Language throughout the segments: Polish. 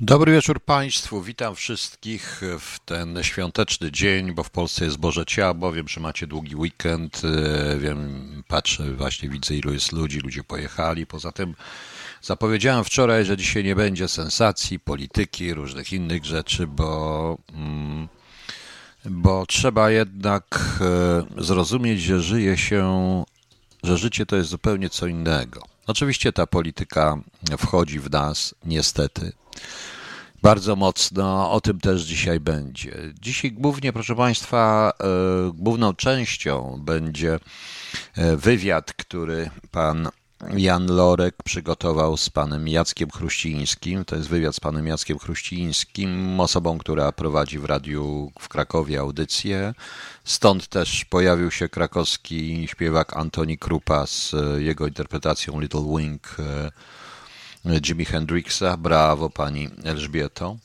Dobry wieczór Państwu, witam wszystkich w ten świąteczny dzień, bo w Polsce jest Boże Ciało, wiem, że macie długi weekend, wiem, patrzę, właśnie widzę ilu jest ludzi, ludzie pojechali, poza tym zapowiedziałem wczoraj, że dzisiaj nie będzie sensacji, polityki, różnych innych rzeczy, bo trzeba jednak zrozumieć, że życie to jest zupełnie co innego. Oczywiście ta polityka wchodzi w nas, niestety, bardzo mocno, o tym też dzisiaj będzie. Dzisiaj głównie, proszę Państwa, główną częścią będzie wywiad, który pan Jan Lorek przygotował z panem Jackiem Chruścińskim. To jest wywiad z panem Jackiem Chruścińskim, osobą, która prowadzi w radiu w Krakowie audycję. Stąd też pojawił się krakowski śpiewak Antoni Krupa z jego interpretacją Little Wing Jimi Hendrixa. Brawo pani Elżbieto.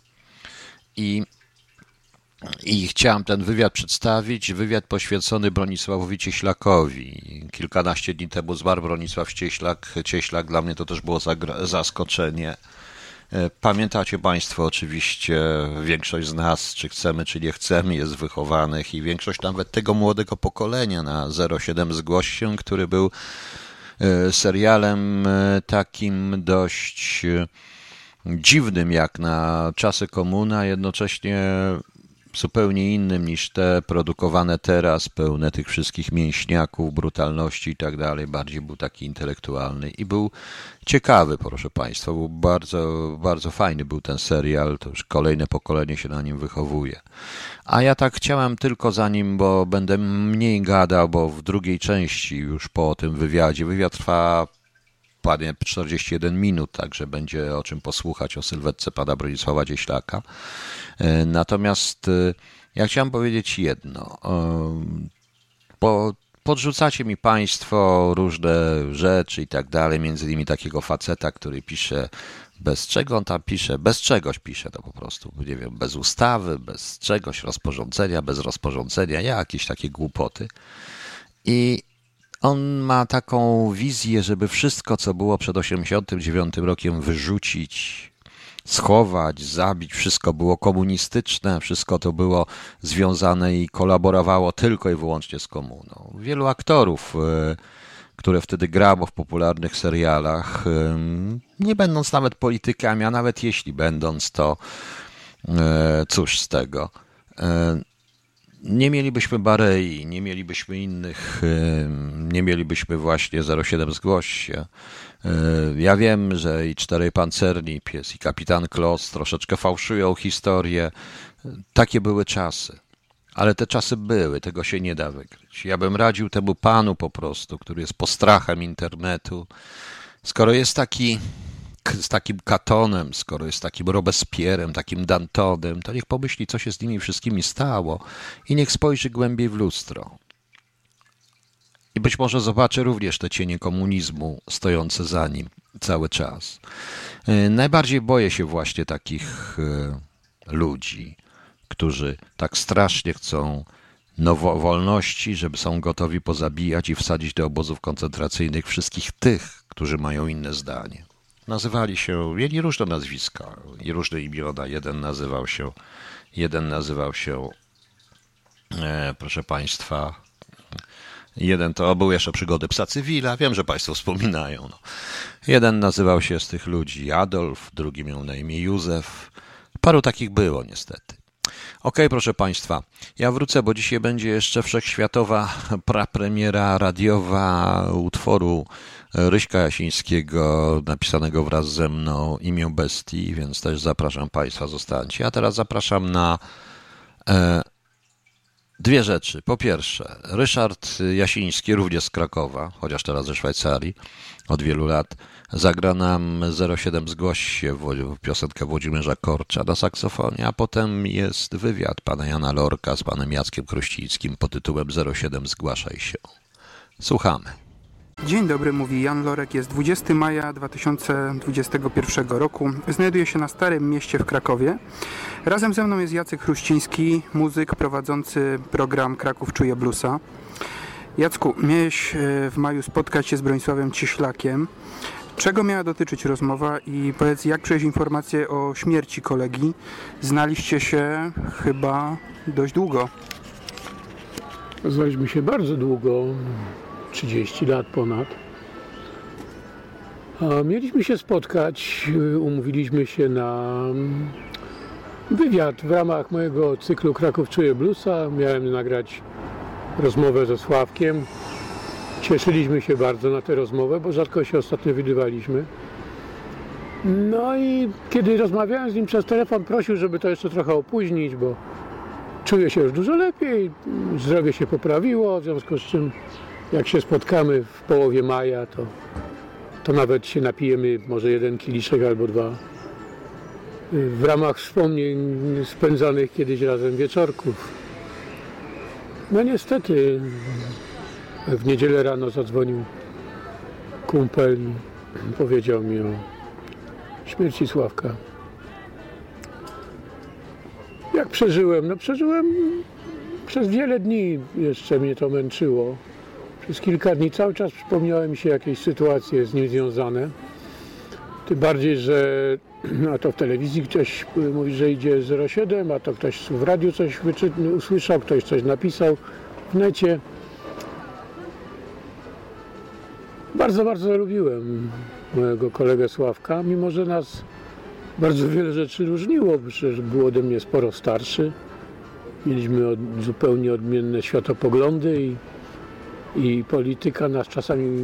I chciałem ten wywiad przedstawić, wywiad poświęcony Bronisławowi Cieślakowi. Kilkanaście dni temu zmarł Bronisław Cieślak, dla mnie to też było zaskoczenie. Pamiętacie Państwo oczywiście, większość z nas, czy chcemy, czy nie chcemy, jest wychowanych i większość nawet tego młodego pokolenia na 07 Zgłoś się, który był serialem takim dość dziwnym jak na czasy komuny, a jednocześnie zupełnie innym niż te produkowane teraz, pełne tych wszystkich mięśniaków, brutalności i tak dalej. Bardziej był taki intelektualny i był ciekawy, proszę Państwa. Był bardzo, bardzo fajny był ten serial. To już kolejne pokolenie się na nim wychowuje. A ja tak chciałem tylko bo będę mniej gadał, bo w drugiej części już po tym wywiadzie, wywiad trwa 41 minut, także będzie o czym posłuchać o sylwetce pana Bronisława Cieślaka. Natomiast ja chciałem powiedzieć jedno. Podrzucacie mi Państwo różne rzeczy i tak dalej, między innymi takiego faceta, który pisze, bez czego on tam pisze, bez czegoś pisze to po prostu, nie wiem, bez ustawy, bez czegoś, rozporządzenia, bez rozporządzenia, jakieś takie głupoty. I on ma taką wizję, żeby wszystko, co było przed 1989 rokiem wyrzucić, schować, zabić, wszystko było komunistyczne, wszystko to było związane i kolaborowało tylko i wyłącznie z komuną. Wielu aktorów, które wtedy grało w popularnych serialach, nie będąc nawet politykami, a nawet jeśli będąc, to cóż z tego. Nie mielibyśmy Barei, nie mielibyśmy innych, nie mielibyśmy właśnie 07 Zgłoś się. Ja wiem, że i Czterej Pancerni, Pies i Kapitan Klos troszeczkę fałszują historię. Takie były czasy. Ale te czasy były, tego się nie da wykryć. Ja bym radził temu panu po prostu, który jest postrachem internetu. Skoro jest z takim Katonem, skoro jest takim Robespierrem, takim Dantonem, to niech pomyśli, co się z nimi wszystkimi stało i niech spojrzy głębiej w lustro. I być może zobaczy również te cienie komunizmu stojące za nim cały czas. Najbardziej boję się właśnie takich ludzi, którzy tak strasznie chcą wolności, że są gotowi pozabijać i wsadzić do obozów koncentracyjnych wszystkich tych, którzy mają inne zdanie. Nazywali się, mieli różne nazwiska i różne imiona. Jeden nazywał się, proszę Państwa, jeden to był jeszcze Przygody psa cywila, wiem, że Państwo wspominają. No. Jeden nazywał się z tych ludzi Adolf, drugi miał na imię Józef. Paru takich było niestety. Okej, proszę Państwa, ja wrócę, bo dzisiaj będzie jeszcze wszechświatowa prapremiera radiowa utworu Ryśka Jasińskiego, napisanego wraz ze mną, Imię Bestii, więc też zapraszam Państwa, zostańcie. Ja teraz zapraszam na dwie rzeczy. Po pierwsze, Ryszard Jasiński, również z Krakowa, chociaż teraz ze Szwajcarii, od wielu lat, zagra nam 07 Zgłoś się, piosenkę Włodzimierza Korcza na saksofonie, a potem jest wywiad pana Jana Lorka z panem Jackiem Chruścińskim pod tytułem 07 Zgłaszaj się. Słuchamy. Dzień dobry, mówi Jan Lorek. Jest 20 maja 2021 roku. Znajduję się na Starym Mieście w Krakowie. Razem ze mną jest Jacek Chruściński, muzyk prowadzący program Kraków Czuje Bluesa. Jacku, miałeś w maju spotkać się z Bronisławem Cieślakiem. Czego miała dotyczyć rozmowa i powiedz, jak przyjąłeś informację o śmierci kolegi? Znaliście się chyba dość długo. Znaliśmy się bardzo długo, 30 lat ponad. A mieliśmy się spotkać, umówiliśmy się na wywiad w ramach mojego cyklu Kraków czuje bluesa. Miałem nagrać rozmowę ze Sławkiem. Cieszyliśmy się bardzo na tę rozmowę, bo rzadko się ostatnio widywaliśmy. No i kiedy rozmawiałem z nim przez telefon, prosił, żeby to jeszcze trochę opóźnić, bo czuję się już dużo lepiej, zdrowie się poprawiło, w związku z czym jak się spotkamy w połowie maja, to nawet się napijemy może 1 kieliszek albo 2 w ramach wspomnień spędzanych kiedyś razem wieczorków. No niestety w niedzielę rano zadzwonił kumpel i powiedział mi o śmierci Sławka. Jak przeżyłem? No przeżyłem przez wiele dni, jeszcze mnie to męczyło. Przez kilka dni cały czas przypomniały mi się jakieś sytuacje z nim związane. Tym bardziej, że a to w telewizji ktoś mówi, że idzie 07, a to ktoś w radiu coś usłyszał, ktoś coś napisał w necie. Bardzo, bardzo lubiłem mojego kolegę Sławka, mimo że nas bardzo wiele rzeczy różniło, przecież był ode mnie sporo starszy. Mieliśmy zupełnie odmienne światopoglądy i polityka nas czasami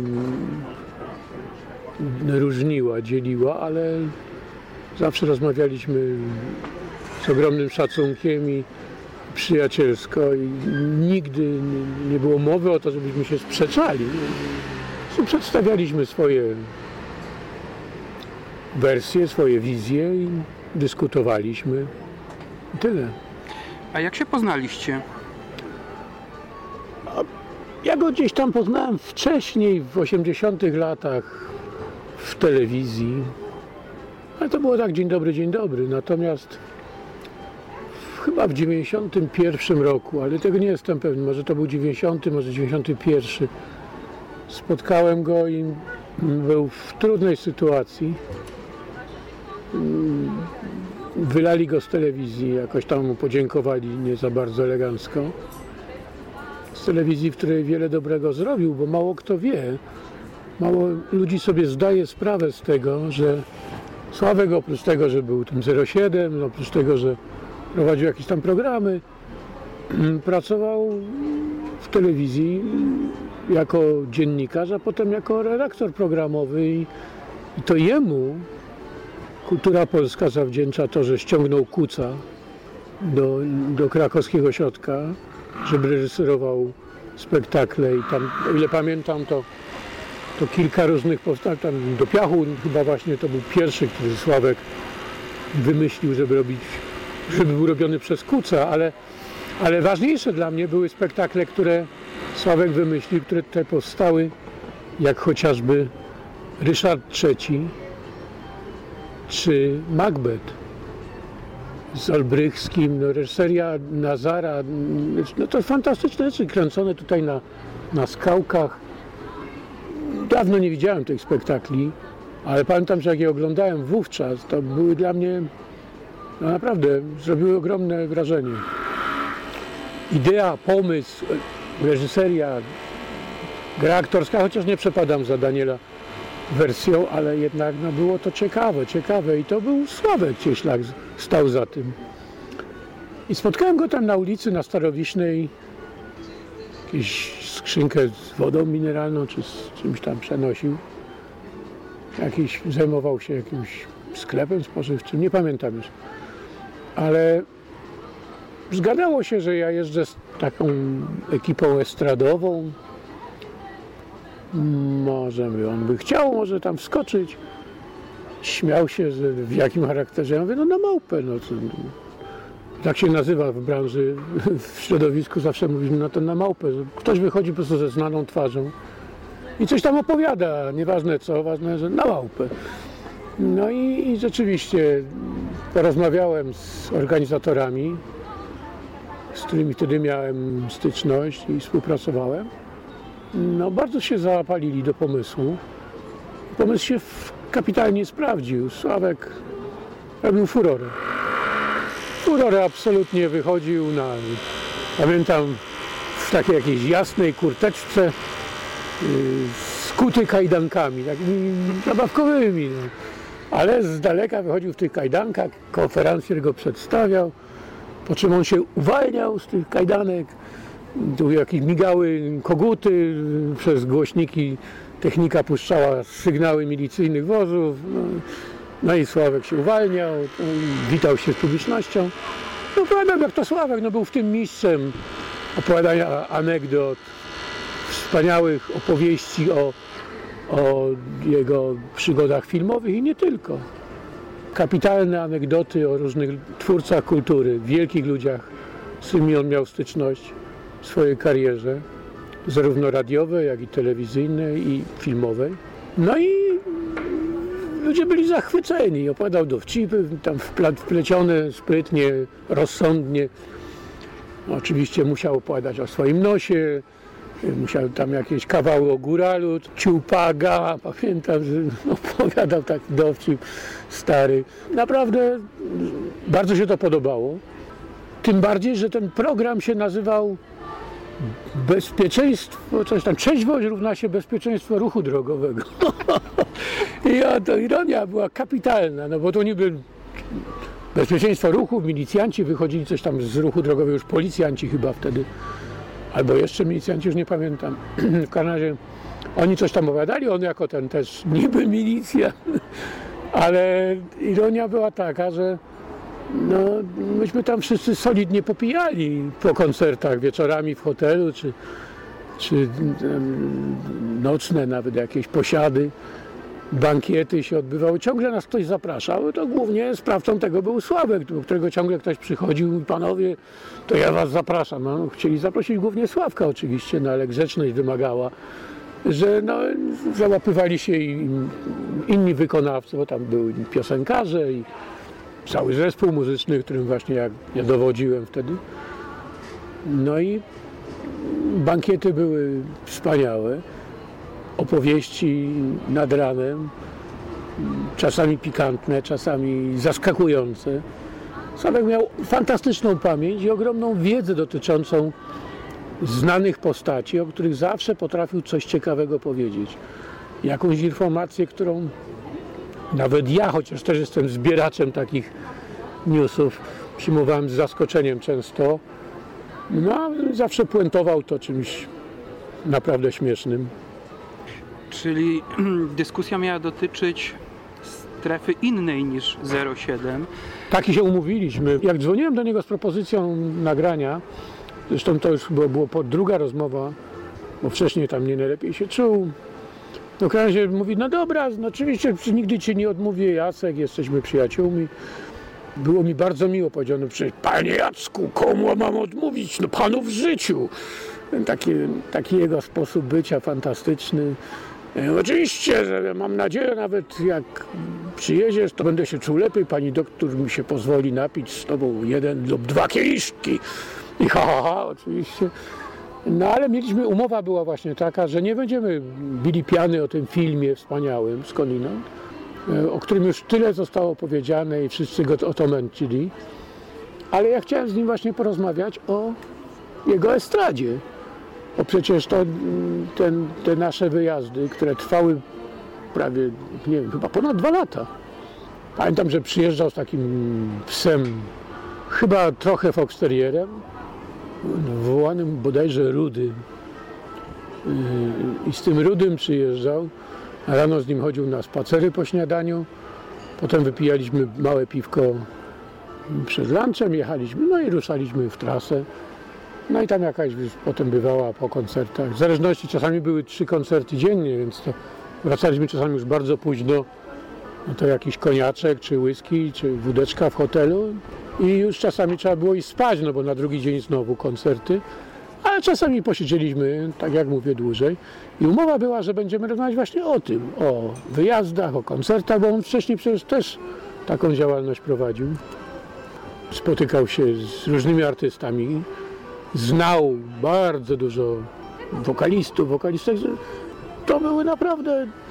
różniła, dzieliła, ale zawsze rozmawialiśmy z ogromnym szacunkiem i przyjacielsko i nigdy nie było mowy o to, żebyśmy się sprzeczali. Przedstawialiśmy swoje wersje, swoje wizje i dyskutowaliśmy. I tyle. A jak się poznaliście? Ja go gdzieś tam poznałem wcześniej, w 80 latach w telewizji. Ale to było tak dzień dobry. Natomiast chyba w 91 roku, ale tego nie jestem pewny, może to był 90, może 91. Spotkałem go i był w trudnej sytuacji. Wylali go z telewizji, jakoś tam mu podziękowali nie za bardzo elegancko. Z telewizji, w której wiele dobrego zrobił, bo mało kto wie, mało ludzi sobie zdaje sprawę z tego, że Sławek oprócz tego, że był tym 07, oprócz tego, że prowadził jakieś tam programy, pracował w telewizji jako dziennikarz, a potem jako redaktor programowy i to jemu Kultura Polska zawdzięcza to, że ściągnął Kuca do krakowskiego ośrodka, żeby reżyserował spektakle i tam, o ile pamiętam, to kilka różnych powstań, tam do Piachu chyba właśnie to był pierwszy, który Sławek wymyślił, żeby był robiony przez Kuca, ale ważniejsze dla mnie były spektakle, które Sławek wymyślił, które tutaj powstały, jak chociażby Ryszard III czy Macbeth z Olbrychskim, reżyseria Nazara, no to fantastyczne rzeczy kręcone tutaj na skałkach. Dawno nie widziałem tych spektakli, ale pamiętam, że jak je oglądałem wówczas, to były dla mnie naprawdę, zrobiły ogromne wrażenie. Idea, pomysł, reżyseria, gra aktorska, chociaż nie przepadam za Daniela wersją, ale jednak było to ciekawe i to był Sławek Cieślak, stał za tym. I spotkałem go tam na ulicy, na Starowiśnej, jakąś skrzynkę z wodą mineralną, czy z czymś tam przenosił. Zajmował się jakimś sklepem spożywczym, nie pamiętam już. Ale zgadało się, że ja jeżdżę z taką ekipą estradową. Może on by chciał, może tam wskoczyć. Śmiał się, że w jakim charakterze. Ja mówię, na małpę. Tak się nazywa w branży, w środowisku zawsze mówimy na małpę. Że ktoś wychodzi po prostu ze znaną twarzą i coś tam opowiada, nieważne co, ważne, że na małpę. No i rzeczywiście porozmawiałem z organizatorami, z którymi wtedy miałem styczność i współpracowałem. Bardzo się zapalili do pomysłu Pomysł się kapitalnie sprawdził. Sławek robił furorę. Furorę absolutnie wychodził pamiętam, w takiej jakiejś jasnej kurteczce, skuty kajdankami, takimi zabawkowymi. No. Ale z daleka wychodził w tych kajdankach, konferencjer go przedstawiał, po czym on się uwalniał z tych kajdanek. Tu jakieś migały koguty, przez głośniki technika puszczała sygnały milicyjnych wozów. No i Sławek się uwalniał, witał się z publicznością. No pamiętam, jak to Sławek, no był w tym mistrzem opowiadania anegdot, wspaniałych opowieści o jego przygodach filmowych i nie tylko. Kapitalne anegdoty o różnych twórcach kultury, wielkich ludziach, z którymi on miał styczność w swojej karierze, zarówno radiowej, jak i telewizyjnej i filmowej. No i ludzie byli zachwyceni. Opowiadał dowcipy, tam wplecione sprytnie, rozsądnie. Oczywiście musiał opowiadać o swoim nosie, musiał tam jakieś kawały o góralu, ciupaga, pamiętam, że opowiadał taki dowcip stary. Naprawdę bardzo się to podobało. Tym bardziej, że ten program się nazywał Bezpieczeństwo, coś tam, trzeźwość równa się bezpieczeństwo ruchu drogowego. I to ironia była kapitalna, no bo to niby bezpieczeństwo ruchu, milicjanci wychodzili coś tam z ruchu drogowego, już policjanci chyba wtedy, albo jeszcze milicjanci, już nie pamiętam. W każdym razie oni coś tam opowiadali, on jako ten też niby milicja, ale ironia była taka, że no, myśmy tam wszyscy solidnie popijali po koncertach, wieczorami w hotelu, czy nocne nawet jakieś posiady, bankiety się odbywały. Ciągle nas ktoś zapraszał, to głównie sprawcą tego był Sławek, do którego ciągle ktoś przychodził i mówi, panowie, to ja was zapraszam. No, chcieli zaprosić głównie Sławka oczywiście, no, ale grzeczność wymagała, że no, załapywali się i inni wykonawcy, bo tam były piosenkarze i cały zespół muzyczny, którym właśnie ja dowodziłem wtedy. No i bankiety były wspaniałe, opowieści nad ranem, czasami pikantne, czasami zaskakujące. Sławek miał fantastyczną pamięć i ogromną wiedzę dotyczącą znanych postaci, o których zawsze potrafił coś ciekawego powiedzieć. Jakąś informację, którą nawet ja, chociaż też jestem zbieraczem takich newsów, przyjmowałem z zaskoczeniem często. No, zawsze puentował to czymś naprawdę śmiesznym. Czyli dyskusja miała dotyczyć strefy innej niż 07. Taki się umówiliśmy. Jak dzwoniłem do niego z propozycją nagrania, zresztą to już było druga rozmowa, bo wcześniej tam nie najlepiej się czuł. No w każdym razie mówi, no dobra, no oczywiście nigdy ci nie odmówię, Jacek, jesteśmy przyjaciółmi. Było mi bardzo miło, powiedziano, panie Jacku, komu mam odmówić? No panu w życiu. Taki jego sposób bycia fantastyczny. Oczywiście, że mam nadzieję, nawet jak przyjedziesz, to będę się czuł lepiej. Pani doktor mi się pozwoli napić z tobą 1 lub 2 kieliszki. I ha, oczywiście. No ale umowa była właśnie taka, że nie będziemy bili piany o tym filmie wspaniałym skądinąd, o którym już tyle zostało powiedziane i wszyscy go o to męczyli. Ale ja chciałem z nim właśnie porozmawiać o jego estradzie. Bo przecież te nasze wyjazdy, które trwały prawie, nie wiem, chyba ponad 2 lata. Pamiętam, że przyjeżdżał z takim psem, chyba trochę foxterierem, wołanym bodajże Rudy. I z tym Rudym przyjeżdżał. Rano z nim chodził na spacery po śniadaniu. Potem wypijaliśmy małe piwko przed lunchem, jechaliśmy, no i ruszaliśmy w trasę. No i tam jakaś potem bywała po koncertach. W zależności czasami były 3 koncerty dziennie, więc to wracaliśmy czasami już bardzo późno. No to jakiś koniaczek, czy whisky, czy wódeczka w hotelu. I już czasami trzeba było iść spać, no bo na drugi dzień znowu koncerty. Ale czasami posiedzieliśmy, tak jak mówię, dłużej. I umowa była, że będziemy rozmawiać właśnie o tym, o wyjazdach, o koncertach, bo on wcześniej przecież też taką działalność prowadził. Spotykał się z różnymi artystami. Znał bardzo dużo wokalistów. To były naprawdę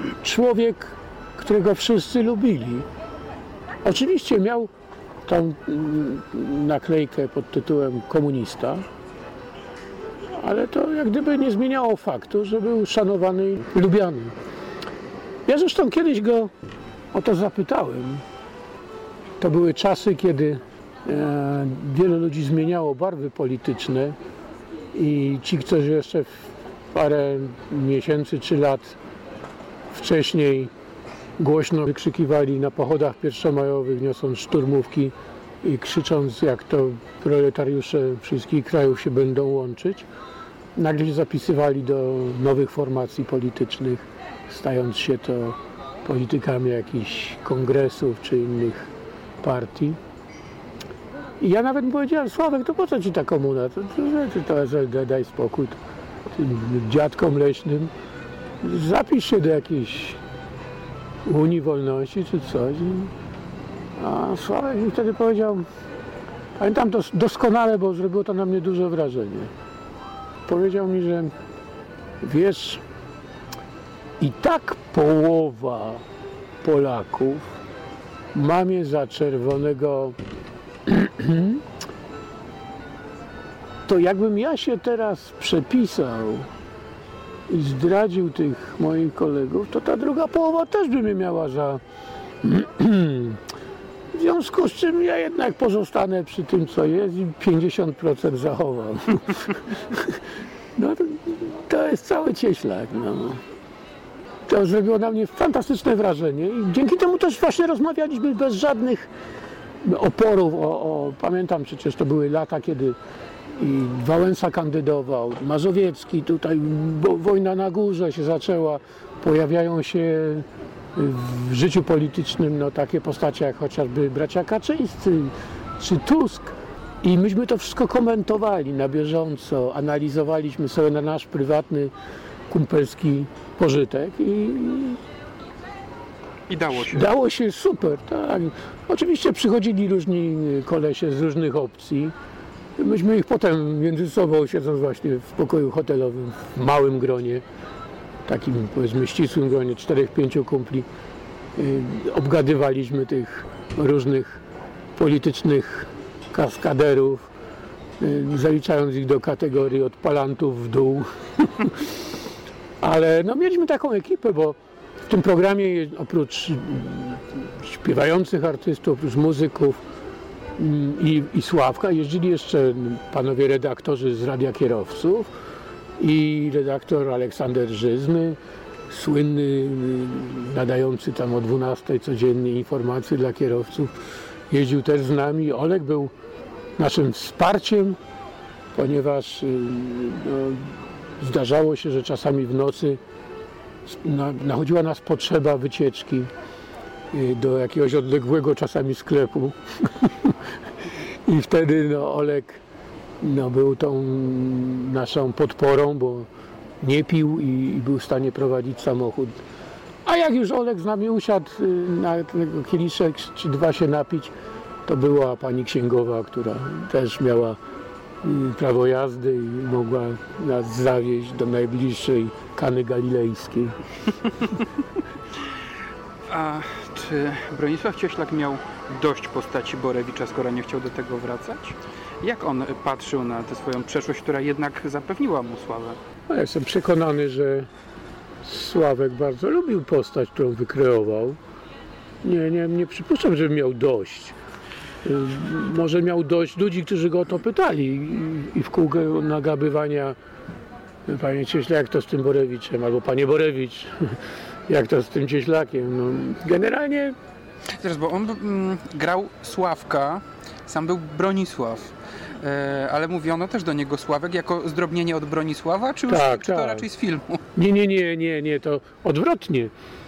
człowiek, którego wszyscy lubili. Oczywiście miał tą naklejkę pod tytułem komunista, ale to jak gdyby nie zmieniało faktu, że był szanowany i lubiany. Ja zresztą kiedyś go o to zapytałem. To były czasy, kiedy wielu ludzi zmieniało barwy polityczne i ci, którzy jeszcze parę miesięcy czy lat wcześniej głośno wykrzykiwali na pochodach pierwszomajowych, niosąc szturmówki i krzycząc, jak to proletariusze wszystkich krajów się będą łączyć, nagle się zapisywali do nowych formacji politycznych, stając się to politykami jakichś kongresów czy innych partii. I ja nawet mu powiedziałem: Sławek, to po co ci ta komuna? To SLD, daj spokój. Tym dziadkom leśnym zapisz się do jakiejś Unii Wolności czy coś. A Sławek mi wtedy powiedział, pamiętam to doskonale, bo zrobiło to na mnie duże wrażenie. Powiedział mi, że wiesz, i tak połowa Polaków ma mnie za czerwonego. To jakbym ja się teraz przepisał i zdradził tych moich kolegów, to ta druga połowa też by mnie miała za... W związku z czym ja jednak pozostanę przy tym, co jest i 50% zachowam. No to jest cały cieślak. No. To zrobiło na mnie fantastyczne wrażenie i dzięki temu też właśnie rozmawialiśmy bez żadnych oporów. Pamiętam przecież, to były lata, kiedy i Wałęsa kandydował, Mazowiecki, tutaj wojna na górze się zaczęła, pojawiają się w życiu politycznym takie postacie jak chociażby bracia Kaczyńscy czy Tusk. I myśmy to wszystko komentowali na bieżąco, analizowaliśmy sobie na nasz prywatny, kumpelski pożytek I dało się. Dało się super, tak. Oczywiście przychodzili różni kolesie z różnych opcji. Myśmy ich potem między sobą, siedząc właśnie w pokoju hotelowym, w małym gronie, takim powiedzmy ścisłym gronie, 4-5 kumpli, obgadywaliśmy tych różnych politycznych kaskaderów, zaliczając ich do kategorii od palantów w dół. Ale no, mieliśmy taką ekipę, bo w tym programie oprócz śpiewających artystów, oprócz muzyków i Sławka jeździli jeszcze panowie redaktorzy z Radia Kierowców i redaktor Aleksander Żyzny, słynny, nadający tam o 12 codziennie informacje dla kierowców. Jeździł też z nami. Oleg był naszym wsparciem, ponieważ zdarzało się, że czasami w nocy nachodziła nas potrzeba wycieczki do jakiegoś odległego czasami sklepu. I wtedy Oleg był tą naszą podporą, bo nie pił i był w stanie prowadzić samochód. A jak już Oleg z nami usiadł na tego kieliszek czy dwa się napić, to była pani księgowa, która też miała prawo jazdy i mogła nas zawieźć do najbliższej Kany Galilejskiej. A czy Bronisław Cieślak miał dość postaci Borewicza, skoro nie chciał do tego wracać? Jak on patrzył na tę swoją przeszłość, która jednak zapewniła mu sławę? Ja jestem przekonany, że Sławek bardzo lubił postać, którą wykreował. Nie przypuszczam, żeby miał dość. Może miał dość ludzi, którzy go o to pytali i w kółko nagabywania: panie Cieślak, jak to z tym Borewiczem? Albo panie Borewicz, jak to z tym Cieślakiem? Generalnie... Teraz, bo on grał Sławka, sam był Bronisław, ale mówiono też do niego Sławek jako zdrobnienie od Bronisława, czy już to raczej z filmu? Nie, to odwrotnie.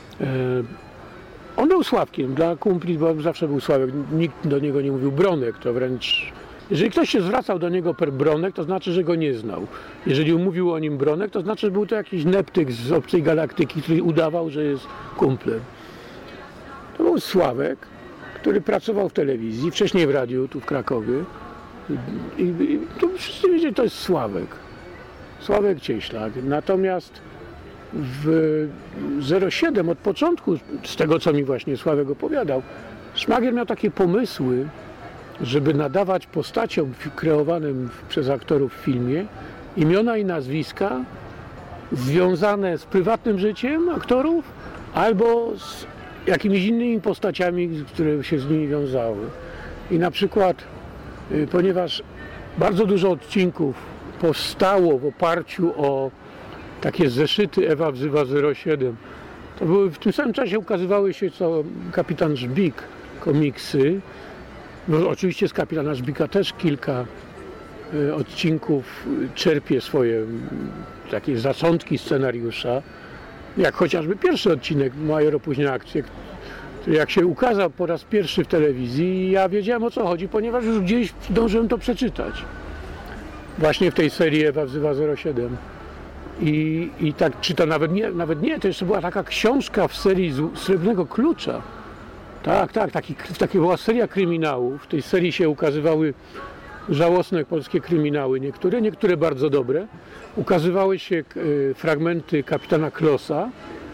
On był Sławkiem, dla kumpli, bo zawsze był Sławek. Nikt do niego nie mówił Bronek, to wręcz... Jeżeli ktoś się zwracał do niego per Bronek, to znaczy, że go nie znał. Jeżeli mówił o nim Bronek, to znaczy, że był to jakiś neptyk z obcej galaktyki, który udawał, że jest kumplem. To był Sławek, który pracował w telewizji, wcześniej w radiu, tu w Krakowie. I to wszyscy wiedzieli, że to jest Sławek. Sławek Cieślak. Natomiast w 07 od początku, z tego co mi właśnie Sławek opowiadał, Szmagier miał takie pomysły, żeby nadawać postaciom kreowanym przez aktorów w filmie imiona i nazwiska związane z prywatnym życiem aktorów albo z jakimiś innymi postaciami, które się z nimi wiązały. I na przykład, ponieważ bardzo dużo odcinków powstało w oparciu o takie zeszyty Ewa wzywa 07, to były w tym samym czasie ukazywały się co Kapitan Żbik komiksy. No, oczywiście z Kapitana Żbika też kilka odcinków czerpie swoje takie zaczątki scenariusza, jak chociażby pierwszy odcinek Major opóźnia akcję, który jak się ukazał po raz pierwszy w telewizji, ja wiedziałem o co chodzi, ponieważ już gdzieś zdążyłem to przeczytać. Właśnie w tej serii Ewa wzywa 07. I tak, czy to nawet nie, to jeszcze była taka książka w serii Srebrnego Klucza. Tak, taka była seria kryminałów. W tej serii się ukazywały żałosne polskie kryminały, niektóre bardzo dobre. Ukazywały się fragmenty Kapitana Klosa,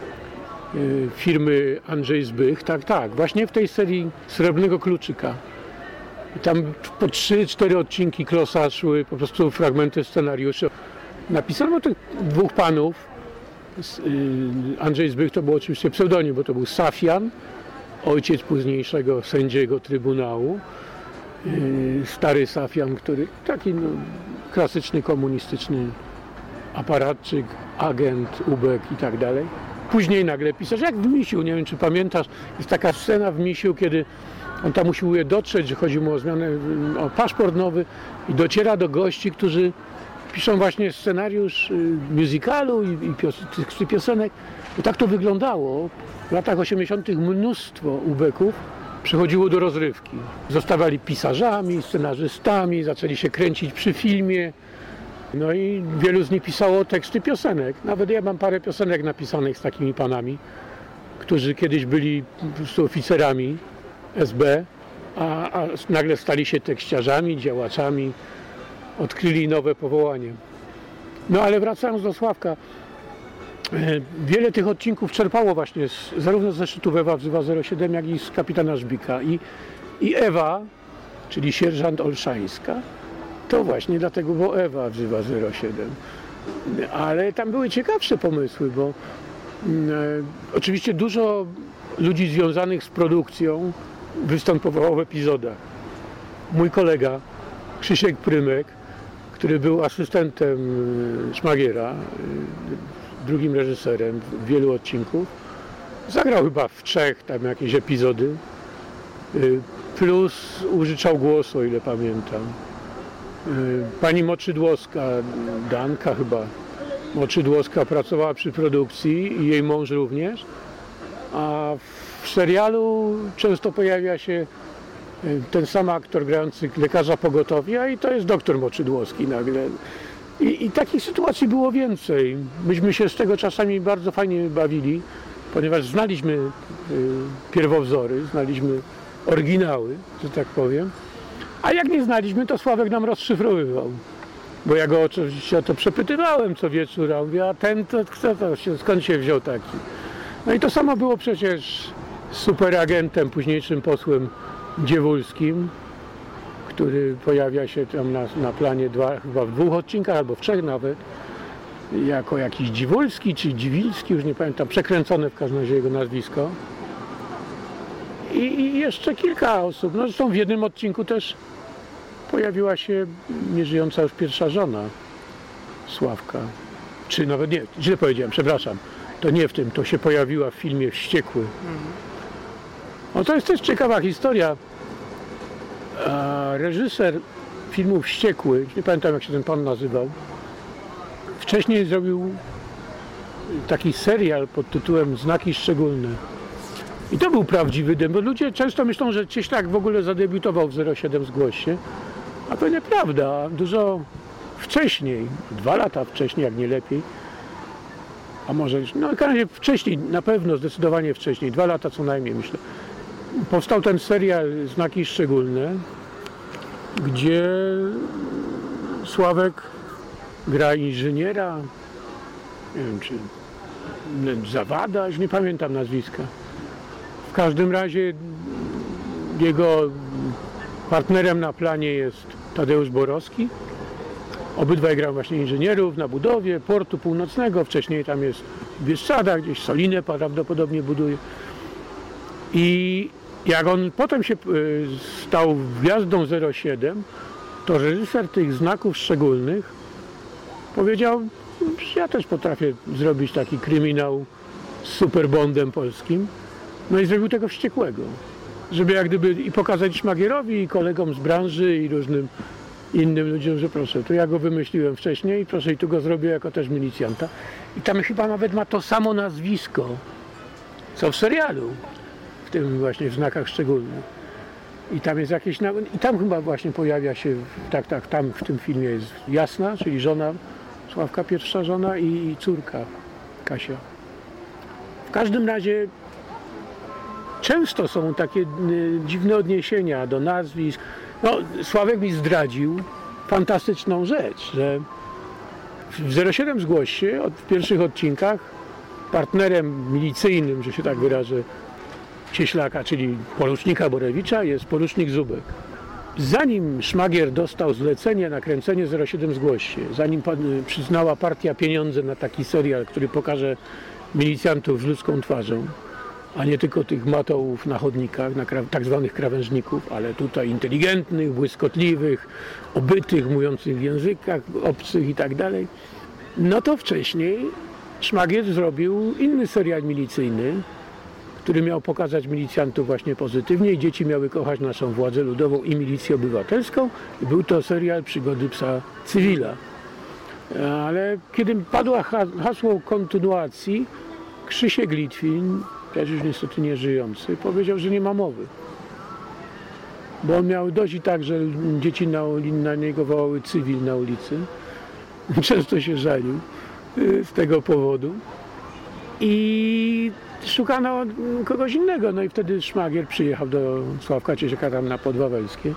firmy Andrzej Zbych, tak, właśnie w tej serii Srebrnego Kluczyka. I tam po 3-4 odcinki Klosa szły po prostu fragmenty scenariuszy. Napisano tych dwóch panów, Andrzej Zbych to był oczywiście pseudonim, bo to był Safian, ojciec późniejszego sędziego Trybunału, stary Safian, który taki klasyczny komunistyczny aparatczyk, agent, ubek i tak dalej. Później nagle pisarz, jak w Misiu, nie wiem czy pamiętasz, jest taka scena w Misiu, kiedy on tam usiłuje dotrzeć, że chodzi mu o zmianę, o paszport nowy i dociera do gości, którzy piszą właśnie scenariusz musicalu i teksty piosenek. I tak to wyglądało. W latach 80. mnóstwo ubeków przechodziło do rozrywki. Zostawali pisarzami, scenarzystami, zaczęli się kręcić przy filmie. No i wielu z nich pisało teksty piosenek. Nawet ja mam parę piosenek napisanych z takimi panami, którzy kiedyś byli po prostu oficerami SB, a nagle stali się tekściarzami, działaczami, odkryli nowe powołanie. No ale wracając do Sławka, wiele tych odcinków czerpało właśnie zarówno z zeszytów Ewa wzywa 07, jak i z Kapitana Żbika. I Ewa, czyli sierżant Olszańska, to właśnie dlatego, bo Ewa wzywa 07. Ale tam były ciekawsze pomysły, bo oczywiście dużo ludzi związanych z produkcją występowało w epizodach. Mój kolega Krzysiek Prymek, który był asystentem Szmagiera, drugim reżyserem wielu odcinków, zagrał chyba w 3 tam jakieś epizody, plus użyczał głosu, o ile pamiętam. Pani Moczydłowska, Danka chyba, Moczydłowska pracowała przy produkcji i jej mąż również, a w serialu często pojawia się ten sam aktor grający lekarza pogotowia i to jest doktor Moczydłowski nagle. I takich sytuacji było więcej. Myśmy się z tego czasami bardzo fajnie bawili, ponieważ znaliśmy pierwowzory, znaliśmy oryginały, że tak powiem. A jak nie znaliśmy, to Sławek nam rozszyfrowywał. Bo ja go oczywiście to przepytywałem co wieczór, a mówię, a ten to kto to, skąd się wziął taki? No i to samo było przecież z superagentem, późniejszym posłem Dziewulskim, który pojawia się tam na planie chyba w 2 odcinkach, albo w 3 nawet, jako jakiś Dziwulski czy Dziwilski, już nie pamiętam, przekręcone w każdym razie jego nazwisko. I jeszcze kilka osób. No zresztą w jednym odcinku też pojawiła się nieżyjąca już pierwsza żona Sławka. Czy nawet nie, źle powiedziałem, przepraszam. To nie w tym, to się pojawiła w filmie Wściekły. No to jest też ciekawa historia. Reżyser filmu Wściekły, nie pamiętam jak się ten pan nazywał, wcześniej zrobił taki serial pod tytułem Znaki Szczególne. I to był prawdziwy dym, bo ludzie często myślą, że Cieślak w ogóle zadebiutował w 07 Zgłoś się, a to nieprawda. Dużo wcześniej, 2 lata wcześniej, jak nie lepiej, a może już, no w każdym razie wcześniej, na pewno, zdecydowanie wcześniej, 2 lata co najmniej myślę. Powstał ten serial Znaki Szczególne, gdzie Sławek gra inżyniera, nie wiem czy Zawada, już nie pamiętam nazwiska. W każdym razie jego partnerem na planie jest Tadeusz Borowski. Obydwaj grają właśnie inżynierów na budowie portu północnego. Wcześniej tam jest Bieszczada, gdzieś Solinę prawdopodobnie buduje. I jak on potem się stał gwiazdą 07, to reżyser tych znaków szczególnych powiedział, ja też potrafię zrobić taki kryminał z Super Bondem polskim. No i zrobił tego Wściekłego. Żeby jak gdyby i pokazać Szmagierowi, i kolegom z branży, i różnym innym ludziom, że proszę, to ja go wymyśliłem wcześniej, proszę, i tu go zrobię jako też milicjanta. I tam chyba nawet ma to samo nazwisko, co w serialu, w tym właśnie w znakach szczególnych. I tam jest jakieś, i tam chyba właśnie pojawia się, tam w tym filmie jest Jasna, czyli żona Sławka, pierwsza żona, i córka Kasia. W każdym razie często są takie dziwne odniesienia do nazwisk. No, Sławek mi zdradził fantastyczną rzecz, że w 07 Zgłoś się w pierwszych odcinkach partnerem milicyjnym, że się tak wyrażę, Cieślaka, czyli porucznika Borewicza, jest porucznik Zubek. Zanim Szmagier dostał zlecenie na kręcenie 07 Zgłoś się, zanim przyznała partia pieniądze na taki serial, który pokaże milicjantów z ludzką twarzą, a nie tylko tych matołów na chodnikach, tak zwanych krawężników, ale tutaj inteligentnych, błyskotliwych, obytych, mówiących w językach obcych i tak dalej, no to wcześniej Szmagier zrobił inny serial milicyjny, który miał pokazać milicjantów właśnie pozytywnie i dzieci miały kochać naszą władzę ludową i milicję obywatelską. I był to serial Przygody psa cywila. Ale kiedy padło hasło kontynuacji, Krzysiek Litwin, też już niestety nie żyjący, powiedział, że nie ma mowy. Bo on miał dość i tak, że dzieci na niego wołały cywil na ulicy. Często się żalił z tego powodu. I szukano kogoś innego. No i wtedy Szmagier przyjechał do Sławka Ciesiaka tam na Podwawelskie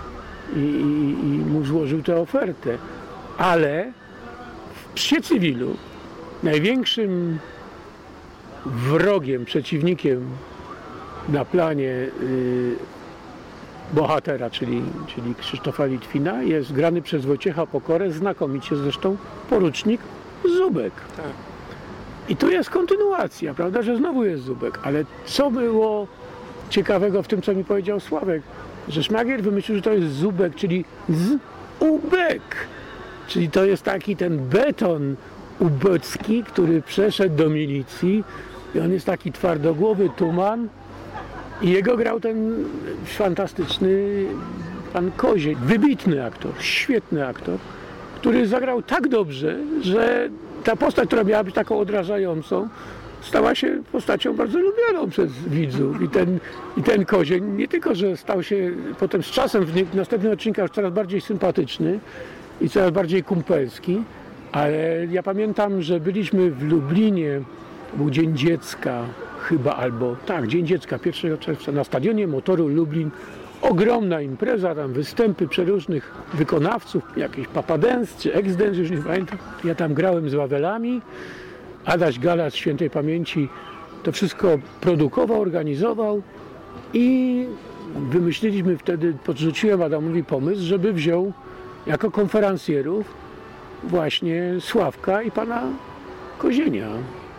i mu złożył tę ofertę. Ale w Psie Cywilu największym wrogiem, przeciwnikiem na planie bohatera, czyli Krzysztofa Litwina, jest grany przez Wojciecha Pokorę, znakomicie zresztą, porucznik Zubek. Tak. I tu jest kontynuacja, prawda, że znowu jest Zubek. Ale co było ciekawego w tym, co mi powiedział Sławek, że Szmagier wymyślił, że to jest Zubek, czyli z-ubek. Czyli to jest taki ten beton ubecki, który przeszedł do milicji i on jest taki twardogłowy tuman i jego grał ten fantastyczny pan Kozień, wybitny aktor, świetny aktor, który zagrał tak dobrze, że ta postać, która miała być taką odrażającą, stała się postacią bardzo lubianą przez widzów. I ten Kozień nie tylko, że stał się potem z czasem w następnych odcinkach już coraz bardziej sympatyczny i coraz bardziej kumpelski, ale ja pamiętam, że byliśmy w Lublinie, to był Dzień Dziecka chyba, albo tak, Dzień Dziecka 1 czerwca na stadionie Motoru Lublin. Ogromna impreza, tam występy przeróżnych wykonawców, jakiś Papa Dance czy Ex-Dance, już nie pamiętam. Ja tam grałem z Wawelami, Adaś Gala z świętej pamięci to wszystko produkował, organizował i wymyśliliśmy wtedy, podrzuciłem Adamowi pomysł, żeby wziął jako konferencjerów właśnie Sławka i pana Kozienia.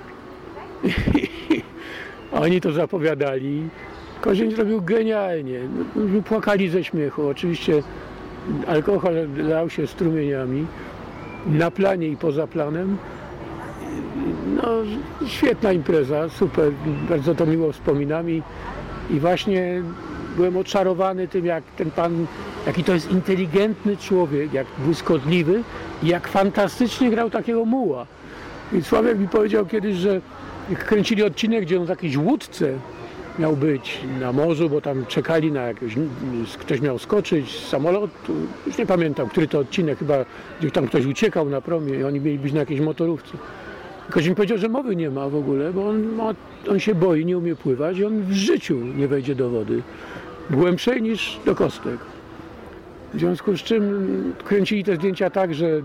Oni to zapowiadali. Kozień zrobił genialnie. No, płakali ze śmiechu. Oczywiście alkohol lał się strumieniami na planie i poza planem. No, świetna impreza, super, bardzo to miło wspominam i właśnie byłem oczarowany tym, jak ten pan, jaki to jest inteligentny człowiek, jak błyskotliwy i jak fantastycznie grał takiego muła. I Sławek mi powiedział kiedyś, że jak kręcili odcinek, gdzie on w jakiejś łódce miał być na morzu, bo tam czekali na jakieś, ktoś miał skoczyć z samolotu, już nie pamiętam, który to odcinek, chyba gdzieś tam ktoś uciekał na promie i oni mieli być na jakiejś motorówce. Ktoś mi powiedział, że mowy nie ma w ogóle, bo on się boi, nie umie pływać i on w życiu nie wejdzie do wody głębszej niż do kostek. W związku z czym kręcili te zdjęcia tak, że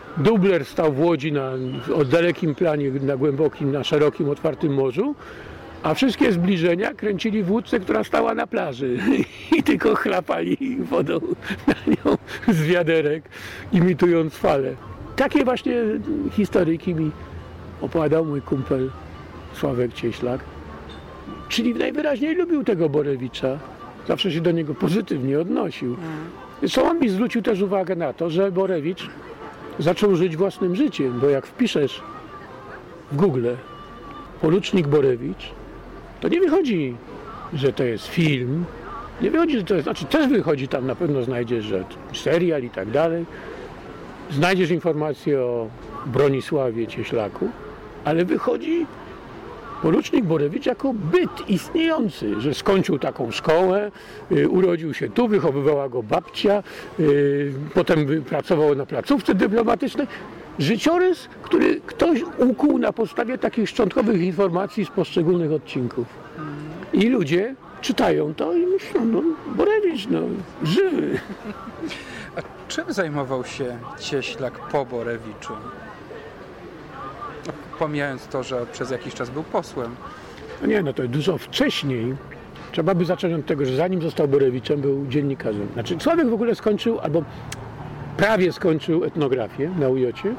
dubler stał w Łodzi o dalekim planie, na głębokim, na szerokim, otwartym morzu, a wszystkie zbliżenia kręcili w łódce, która stała na plaży i tylko chlapali wodą na nią z wiaderek, imitując fale. Takie właśnie historyjki mi opowiadał mój kumpel Sławek Cieślak, czyli najwyraźniej lubił tego Borewicza, zawsze się do niego pozytywnie odnosił. Zresztą on mi zwrócił też uwagę na to, że Borewicz zaczął żyć własnym życiem, bo jak wpiszesz w Google porucznik Borewicz, to nie wychodzi, że to jest film, nie wychodzi, że to jest, znaczy też wychodzi, tam na pewno znajdziesz, że serial i tak dalej, znajdziesz informacje o Bronisławie Cieślaku, ale wychodzi porucznik Borewicz jako byt istniejący, że skończył taką szkołę, urodził się tu, wychowywała go babcia, potem pracował na placówce dyplomatycznej. Życiorys, który ktoś ukuł na podstawie takich szczątkowych informacji z poszczególnych odcinków. I ludzie czytają to i myślą, no Borewicz, no żywy. A czym zajmował się Cieślak po Borewiczu? Pomijając to, że przez jakiś czas był posłem. No nie, no to dużo wcześniej. Trzeba by zacząć od tego, że zanim został Borewiczem, był dziennikarzem. Znaczy Sławek w ogóle skończył, albo prawie skończył etnografię na UJ-cie.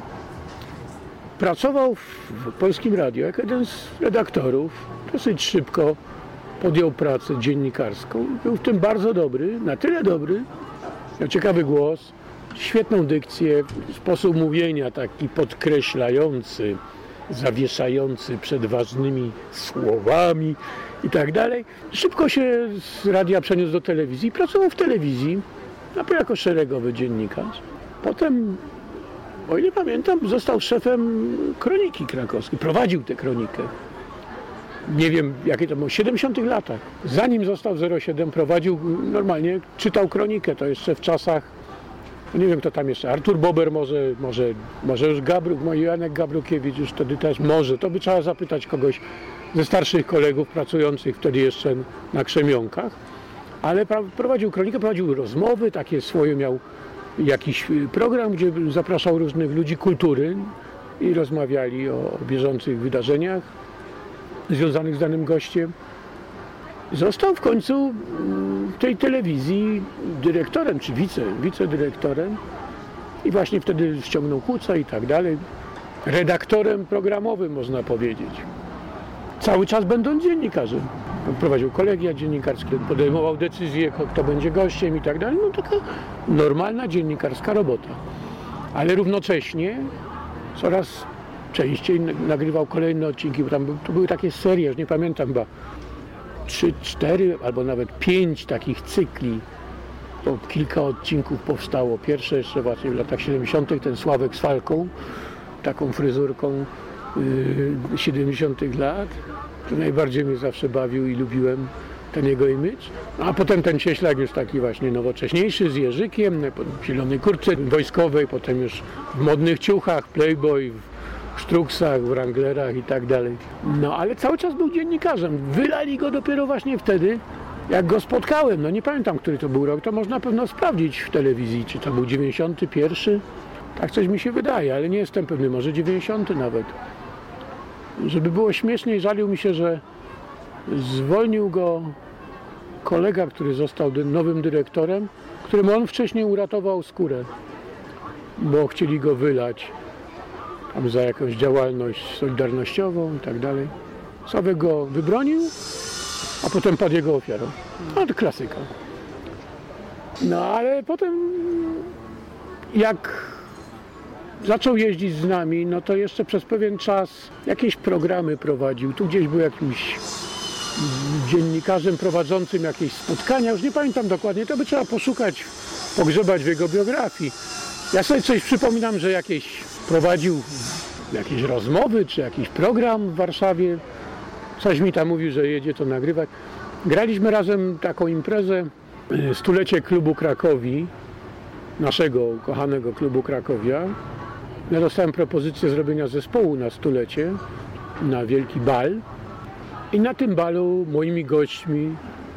Pracował w Polskim Radiu jako jeden z redaktorów. Dosyć szybko podjął pracę dziennikarską. Był w tym bardzo dobry, na tyle dobry, miał ciekawy głos, świetną dykcję, sposób mówienia taki podkreślający, zawieszający przed ważnymi słowami i tak dalej. Szybko się z radia przeniósł do telewizji. Pracował w telewizji, najpierw jako szeregowy dziennikarz. Potem, o ile pamiętam, został szefem Kroniki Krakowskiej. Prowadził tę kronikę. Nie wiem, jakie to było, w 70 latach. Zanim został 07, prowadził normalnie, czytał kronikę. To jeszcze w czasach, nie wiem kto tam jeszcze, Artur Bober może już Gabruk, Janek Gabrukiewicz już wtedy też może. To by trzeba zapytać kogoś ze starszych kolegów pracujących wtedy jeszcze na Krzemionkach. Ale prowadził kronikę, prowadził rozmowy, takie swoje miał jakiś program, gdzie zapraszał różnych ludzi kultury i rozmawiali o bieżących wydarzeniach związanych z danym gościem. Został w końcu tej telewizji dyrektorem, czy wicedyrektorem i właśnie wtedy ściągnął Kuca i tak dalej. Redaktorem programowym, można powiedzieć. Cały czas będąc dziennikarzem. Prowadził kolegia dziennikarskie, podejmował decyzje, kto będzie gościem i tak dalej. No taka normalna dziennikarska robota. Ale równocześnie coraz częściej nagrywał kolejne odcinki, bo to były takie serie, już nie pamiętam, chyba 3, 4 albo nawet 5 takich cykli. To kilka odcinków powstało. Pierwsze jeszcze właśnie w latach 70. ten Sławek z Falką, taką fryzurką 70. lat. To najbardziej mnie zawsze bawił i lubiłem ten jego image. A potem ten Cieślak już taki właśnie nowocześniejszy, z jeżykiem, w zielonej kurtce wojskowej, potem już w modnych ciuchach, playboy, w sztruksach, w wranglerach i tak dalej. No ale cały czas był dziennikarzem. Wylali go dopiero właśnie wtedy, jak go spotkałem. No nie pamiętam, który to był rok, to można pewno sprawdzić w telewizji, czy to był 91. Tak coś mi się wydaje, ale nie jestem pewny, może 90 nawet. Żeby było śmieszniej, żalił mi się, że zwolnił go kolega, który został nowym dyrektorem, któremu on wcześniej uratował skórę, bo chcieli go wylać tam za jakąś działalność solidarnościową i tak dalej. Sławek go wybronił, a potem padł jego ofiarą. No to klasyka. No ale potem jak zaczął jeździć z nami, no to jeszcze przez pewien czas jakieś programy prowadził. Tu gdzieś był jakimś dziennikarzem prowadzącym jakieś spotkania. Już nie pamiętam dokładnie, to by trzeba poszukać, pogrzebać w jego biografii. Ja sobie coś przypominam, że jakieś prowadził jakieś rozmowy, czy jakiś program w Warszawie. Coś mi tam mówił, że jedzie to nagrywać. Graliśmy razem taką imprezę, stulecie klubu Krakowi, naszego kochanego klubu Krakowia. Ja dostałem propozycję zrobienia zespołu na stulecie, na wielki bal. I na tym balu moimi gośćmi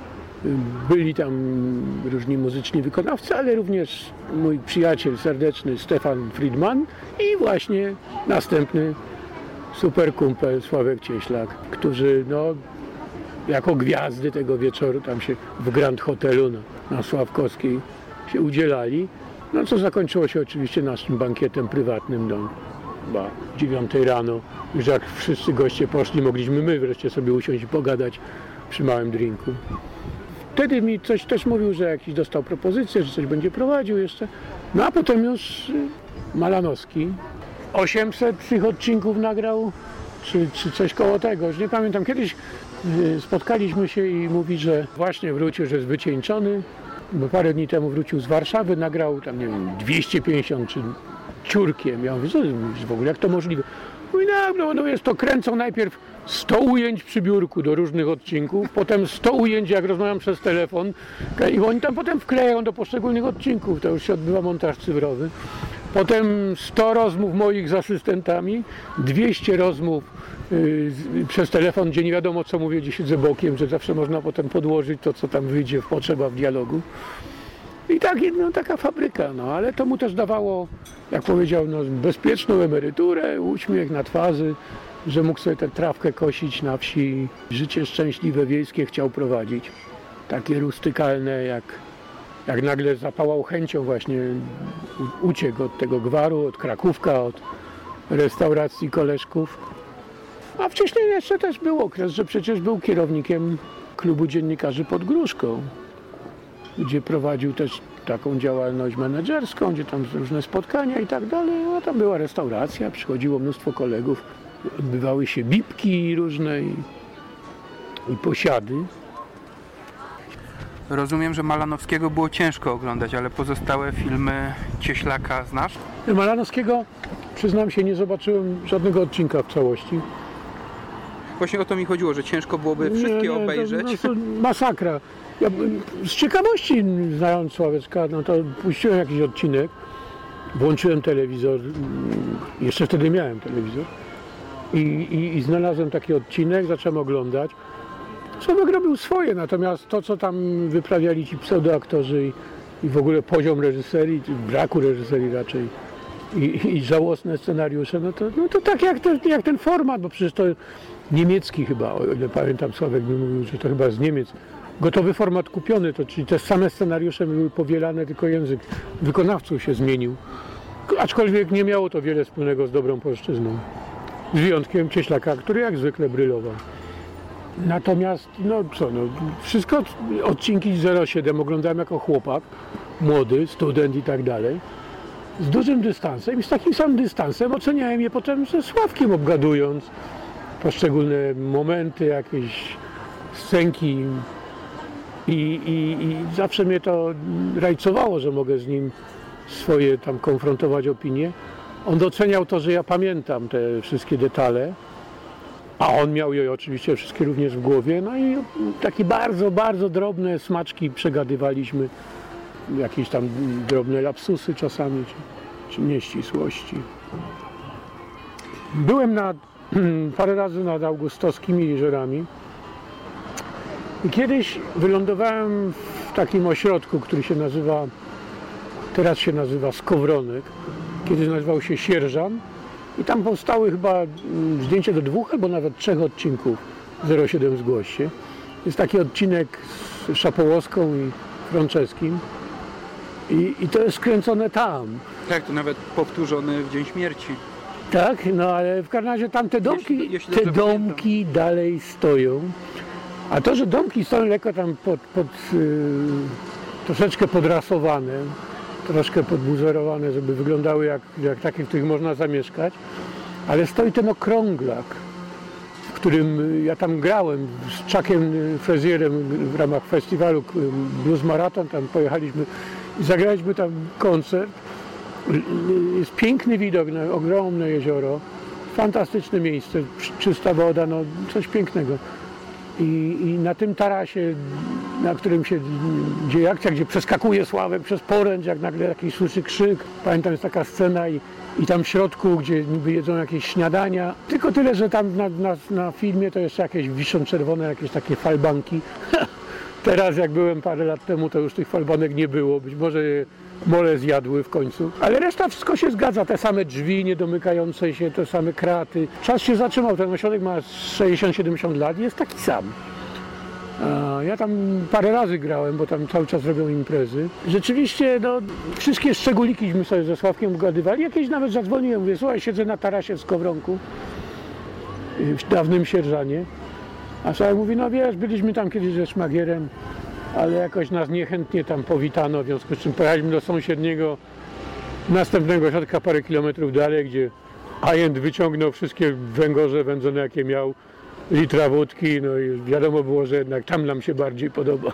Byli tam różni muzyczni wykonawcy, ale również mój przyjaciel serdeczny Stefan Friedman i właśnie następny super kumpel Sławek Cieślak, którzy jako gwiazdy tego wieczoru tam się w Grand Hotelu na Sławkowskiej się udzielali. No co zakończyło się oczywiście naszym bankietem prywatnym do chyba 9 rano. Już jak wszyscy goście poszli, mogliśmy my wreszcie sobie usiąść i pogadać przy małym drinku. Wtedy mi coś też mówił, że jakiś dostał propozycję, że coś będzie prowadził jeszcze. No a potem już Malanowski 800 tych odcinków nagrał, czy coś koło tego. Już nie pamiętam. Kiedyś spotkaliśmy się i mówi, że właśnie wrócił, że jest wycieńczony, bo parę dni temu wrócił z Warszawy, nagrał tam, nie wiem, 250 czy ciurkiem. Ja mówię, że w ogóle jak to możliwe? Mówi, no jest to, kręcą najpierw 100 ujęć przy biurku do różnych odcinków, potem 100 ujęć, jak rozmawiam przez telefon i oni tam potem wklejają do poszczególnych odcinków, to już się odbywa montaż cyfrowy. Potem 100 rozmów moich z asystentami, 200 rozmów przez telefon, gdzie nie wiadomo co mówię, gdzie siedzę bokiem, że zawsze można potem podłożyć to, co tam wyjdzie w potrzeba w dialogu. I tak, taka fabryka, ale to mu też dawało, jak powiedział, bezpieczną emeryturę, uśmiech na twarzy, że mógł sobie tę trawkę kosić na wsi. Życie szczęśliwe wiejskie chciał prowadzić. Takie rustykalne, jak nagle zapałał chęcią właśnie, uciekł od tego gwaru, od Krakówka, od restauracji koleżków. A wcześniej jeszcze też był okres, że przecież był kierownikiem klubu dziennikarzy pod Gruszką, gdzie prowadził też taką działalność menedżerską, gdzie tam różne spotkania i tak dalej. A tam była restauracja, przychodziło mnóstwo kolegów, odbywały się bibki różne i posiady. Rozumiem, że Malanowskiego było ciężko oglądać, ale pozostałe filmy Cieślaka znasz? Malanowskiego, przyznam się, nie zobaczyłem żadnego odcinka w całości. Właśnie o to mi chodziło, że ciężko byłoby wszystkie obejrzeć. To masakra. Ja z ciekawości, znając Sławeczka, to puściłem jakiś odcinek, włączyłem telewizor, jeszcze wtedy miałem telewizor i znalazłem taki odcinek, zacząłem oglądać. Sławek robił swoje, natomiast to, co tam wyprawiali ci pseudoaktorzy i w ogóle poziom reżyserii, braku reżyserii raczej i żałosne scenariusze, to tak jak ten format, bo przecież to niemiecki chyba, o ile pamiętam, Sławek mi mówił, że to chyba z Niemiec. Gotowy format kupiony, czyli te same scenariusze były powielane, tylko język wykonawców się zmienił. Aczkolwiek nie miało to wiele wspólnego z dobrą polszczyzną. Z wyjątkiem Cieślaka, który jak zwykle brylował. Natomiast, wszystko odcinki 07 oglądałem jako chłopak, młody, student i tak dalej. Z dużym dystansem i z takim samym dystansem oceniałem je potem ze Sławkiem obgadując poszczególne momenty, jakieś scenki i zawsze mnie to rajcowało, że mogę z nim swoje tam konfrontować opinie. On doceniał to, że ja pamiętam te wszystkie detale, a on miał je oczywiście wszystkie również w głowie, i takie bardzo, bardzo drobne smaczki przegadywaliśmy, jakieś tam drobne lapsusy czasami, czy nieścisłości. Byłem parę razy nad Augustowskimi jeziorami i kiedyś wylądowałem w takim ośrodku, który się nazywa, teraz się nazywa Skowronek, kiedyś nazywał się Sierżan i tam powstały chyba zdjęcia do 2 albo nawet 3 odcinków 07 Zgłoś się. Jest taki odcinek z Szapołowską i Frączewskim i to jest skręcone tam. Tak, to nawet powtórzony w Dzień Śmierci. Tak, ale w każdym razie tam te domki dalej stoją. A to, że domki stoją lekko tam troszeczkę podrasowane, troszkę podbuzerowane, żeby wyglądały jak takie, w których można zamieszkać, ale stoi ten okrąglak, w którym ja tam grałem z Chuckiem Frazierem w ramach festiwalu Blues Marathon, tam pojechaliśmy i zagraliśmy tam koncert. Jest piękny widok na ogromne jezioro, fantastyczne miejsce, czysta woda, coś pięknego. I na tym tarasie, na którym się dzieje akcja, gdzie przeskakuje Sławek przez poręcz, jak nagle jakiś słyszy krzyk. Pamiętam, jest taka scena i tam w środku, gdzie niby jedzą jakieś śniadania. Tylko tyle, że tam na filmie to jeszcze jakieś wiszą czerwone, jakieś takie falbanki. Teraz jak byłem parę lat temu, to już tych falbanek nie było. Być może je mole zjadły w końcu. Ale reszta wszystko się zgadza. Te same drzwi niedomykające się, te same kraty. Czas się zatrzymał. Ten ośrodek ma 60-70 lat i jest taki sam. Ja tam parę razy grałem, bo tam cały czas robią imprezy. Rzeczywiście, no, wszystkie szczególikiśmy sobie ze Sławkiem obgadywali. Jakieś nawet zadzwoniłem, mówię, słuchaj, siedzę na tarasie w Skowronku, w dawnym Sierżanie. A Sławek mówi, no wiesz, byliśmy tam kiedyś ze szwagierem, ale jakoś nas niechętnie tam powitano, w związku z czym pojechaliśmy do sąsiedniego, następnego ośrodka parę kilometrów dalej, gdzie agent wyciągnął wszystkie węgorze wędzone, jakie miał, litra wódki, no i wiadomo było, że jednak tam nam się bardziej podoba.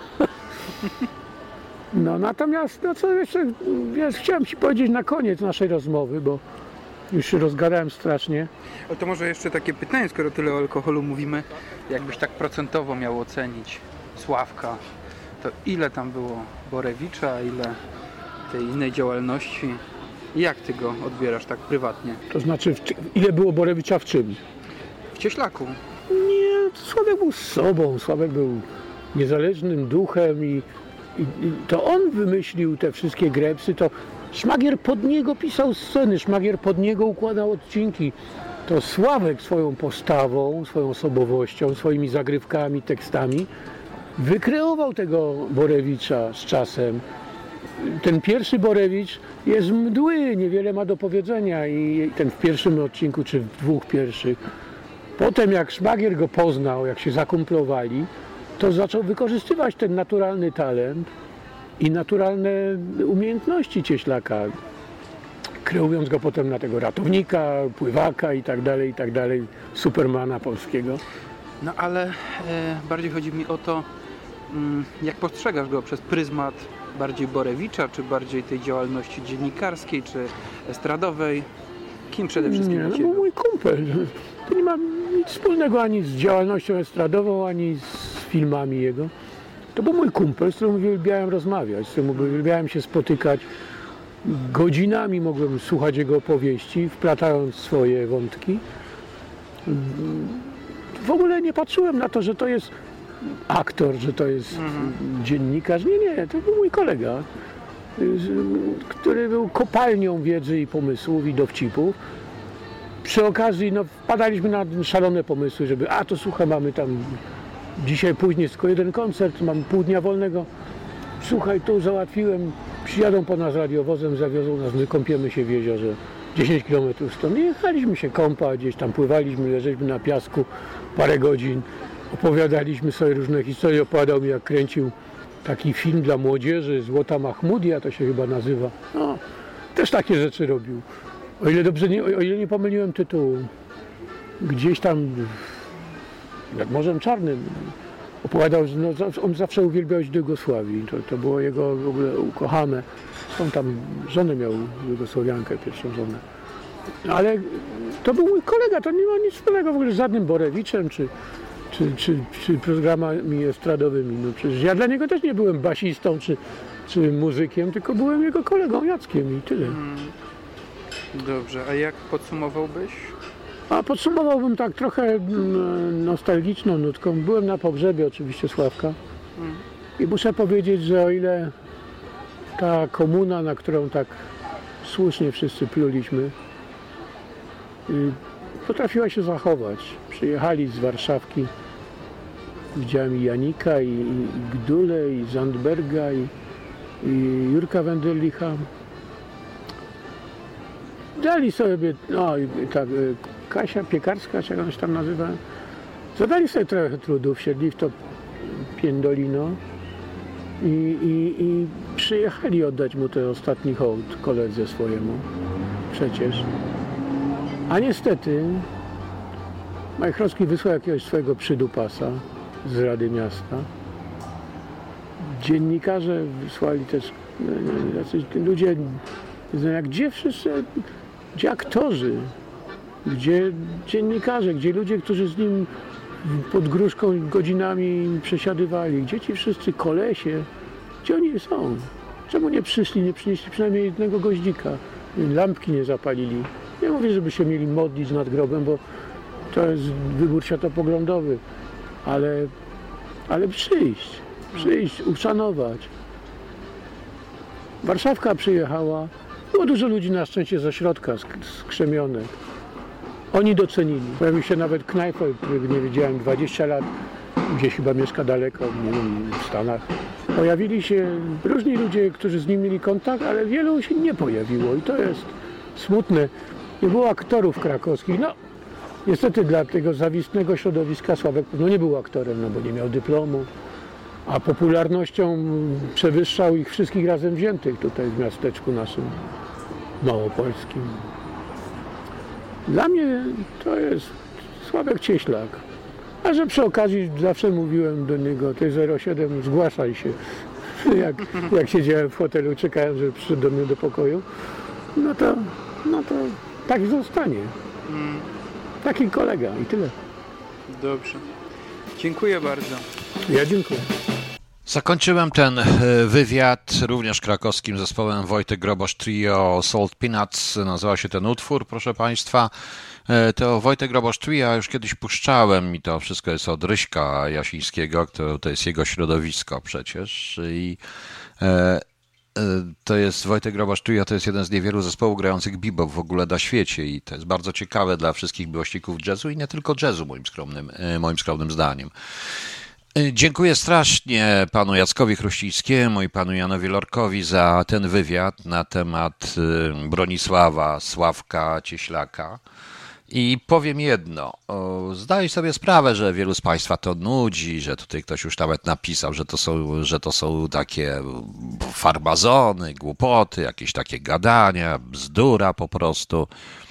No natomiast, no co jeszcze, wiesz, chciałem Ci powiedzieć na koniec naszej rozmowy, bo już się rozgadałem strasznie. O, to może jeszcze takie pytanie, skoro tyle o alkoholu mówimy, jakbyś tak procentowo miał ocenić Sławka, to ile tam było Borewicza, ile tej innej działalności i jak Ty go odbierasz tak prywatnie? To znaczy, ile było Borewicza w czym? W Cieślaku. Nie, Sławek był z sobą, Sławek był niezależnym duchem i to on wymyślił te wszystkie grepsy, to Szwagier pod niego pisał sceny, Szwagier pod niego układał odcinki. To Sławek swoją postawą, swoją osobowością, swoimi zagrywkami, tekstami wykreował tego Borewicza z czasem. Ten pierwszy Borewicz jest mdły, niewiele ma do powiedzenia i ten w pierwszym odcinku, czy w dwóch pierwszych. Potem jak Szwagier go poznał, jak się zakumplowali, to zaczął wykorzystywać ten naturalny talent i naturalne umiejętności Cieślaka, kreując go potem na tego ratownika, pływaka i tak dalej, Supermana polskiego. No ale bardziej chodzi mi o to, jak postrzegasz go przez pryzmat bardziej Borewicza, czy bardziej tej działalności dziennikarskiej, czy estradowej? Kim przede wszystkim Nie, dla no Ciebie? był mój kumpel. To nie ma nic wspólnego ani z działalnością estradową, ani z filmami jego. To był mój kumpel, z którym uwielbiałem rozmawiać, z którym uwielbiałem się spotykać. Godzinami mogłem słuchać jego opowieści, wplatając swoje wątki. W ogóle nie patrzyłem na to, że to jest aktor, że to jest dziennikarz. Nie, to był mój kolega, który był kopalnią wiedzy i pomysłów i dowcipów. Przy okazji wpadaliśmy na szalone pomysły, żeby to słuchaj, mamy tam dzisiaj później jest tylko jeden koncert, mamy pół dnia wolnego. Słuchaj, tu załatwiłem, przyjadą po nas radiowozem, zawiozą nas, my kąpiemy się w jeziorze 10 km stąd. I jechaliśmy się kąpać, gdzieś tam pływaliśmy, leżeliśmy na piasku parę godzin, opowiadaliśmy sobie różne historie, opowiadał mi, jak kręcił taki film dla młodzieży, Złota Mahmudia to się chyba nazywa. No, też takie rzeczy robił. O ile nie pomyliłem tytułu, gdzieś tam nad Morzem Czarnym opowiadał, że on zawsze uwielbiał do Jugosławii. To było jego w ogóle ukochane. On tam żonę miał, Jugosłowiankę, pierwszą żonę. Ale to był mój kolega, to nie ma nic wspólnego w ogóle z żadnym Borewiczem czy programami estradowymi. No przecież ja dla niego też nie byłem basistą czy muzykiem, tylko byłem jego kolegą Jackiem i tyle. Dobrze, a jak podsumowałbyś? A podsumowałbym tak trochę nostalgiczną nutką. Byłem na pogrzebie oczywiście Sławka i muszę powiedzieć, że o ile ta komuna, na którą tak słusznie wszyscy pluliśmy, potrafiła się zachować. Przyjechali z Warszawki, widziałem i Janika, i Gdulę, i Zandberga, i Jurka Wenderlicha. Dali sobie, Kasia Piekarska, czy jak ona się tam nazywa, zadali sobie trochę trudu, wsiedli w to piędolino i przyjechali oddać mu ten ostatni hołd, koledze swojemu przecież. A niestety Majchrowski wysłał jakiegoś swojego przydupasa z Rady Miasta. Dziennikarze wysłali też jacyś ludzie, gdzie wszyscy, gdzie aktorzy, gdzie dziennikarze, gdzie ludzie, którzy z nim pod gruszką godzinami przesiadywali, gdzie ci wszyscy kolesie, gdzie oni są? Czemu nie przyszli, nie przynieśli przynajmniej jednego goździka, lampki nie zapalili? Nie mówię, żeby się mieli modlić nad grobem, bo to jest wybór światopoglądowy, ale przyjść. Przyjść, uszanować. Warszawka przyjechała. Było dużo ludzi na szczęście ze środka, z Krzemionek. Oni docenili. Pojawił się nawet Knajpel, którego nie widziałem 20 lat. Gdzieś chyba mieszka daleko, nie wiem, w Stanach. Pojawili się różni ludzie, którzy z nim mieli kontakt, ale wielu się nie pojawiło i to jest smutne. Nie było aktorów krakowskich. No, niestety dla tego zawistnego środowiska Sławek pewno nie był aktorem, no bo nie miał dyplomu, a popularnością przewyższał ich wszystkich razem wziętych tutaj w miasteczku naszym małopolskim. Dla mnie to jest Sławek Cieślak. A że przy okazji zawsze mówiłem do niego, ty 07, zgłaszaj się. Jak siedziałem w hotelu, czekałem, żeby przyszedł do mnie do pokoju, no to tak zostanie. Taki kolega i tyle. Dobrze. Dziękuję bardzo. Ja dziękuję. Zakończyłem ten wywiad również krakowskim zespołem Wojtek Grobosz Trio Salt Peanuts. Nazywał się ten utwór, proszę Państwa. To Wojtek Grobosz Trio już kiedyś puszczałem i to wszystko jest od Ryśka Jasińskiego, to jest jego środowisko przecież. I to jest Wojtek Grobosz Trio, to jest jeden z niewielu zespołów grających bebop w ogóle na świecie i to jest bardzo ciekawe dla wszystkich miłośników jazzu i nie tylko jazzu moim skromnym zdaniem. Dziękuję strasznie panu Jackowi Chruścińskiemu i panu Janowi Lorkowi za ten wywiad na temat Bronisława Sławka Cieślaka. I powiem jedno, zdaję sobie sprawę, że wielu z Państwa to nudzi, że tutaj ktoś już nawet napisał, że to są takie farmazony, głupoty, jakieś takie gadania, bzdura po prostu.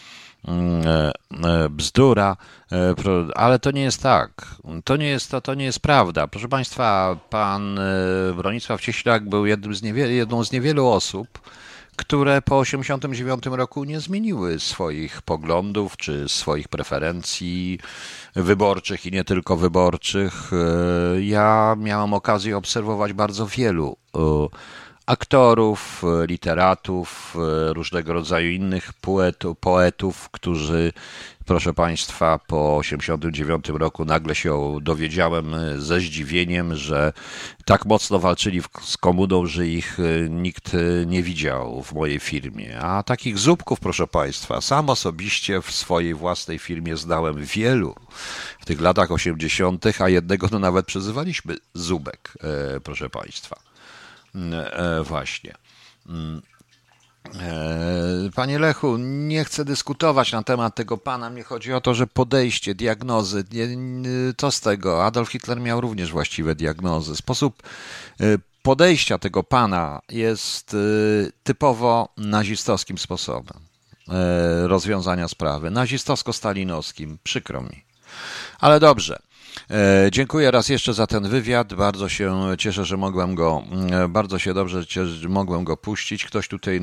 Bzdura, ale to nie jest tak. To nie jest prawda. Proszę Państwa, pan Bronisław Cieślak był jedną z niewielu osób, które po 1989 roku nie zmieniły swoich poglądów czy swoich preferencji wyborczych i nie tylko wyborczych. Ja miałem okazję obserwować bardzo wielu aktorów, literatów, różnego rodzaju innych poetów, którzy, proszę Państwa, po 1989 roku nagle się dowiedziałem ze zdziwieniem, że tak mocno walczyli z komuną, że ich nikt nie widział w mojej firmie. A takich zupków, proszę Państwa, sam osobiście w swojej własnej firmie znałem wielu w tych latach 80., a jednego no nawet przezywaliśmy Zubek, proszę Państwa. Właśnie. Panie Lechu, nie chcę dyskutować na temat tego pana. Mnie chodzi o to, że podejście, diagnozy, co z tego? Adolf Hitler miał również właściwe diagnozy. Sposób podejścia tego pana jest typowo nazistowskim sposobem rozwiązania sprawy. Nazistowsko-stalinowskim. Przykro mi. Ale dobrze. Dziękuję raz jeszcze za ten wywiad. Bardzo się cieszę, że mogłem go, bardzo się dobrze cieszę, że mogłem go puścić. Ktoś tutaj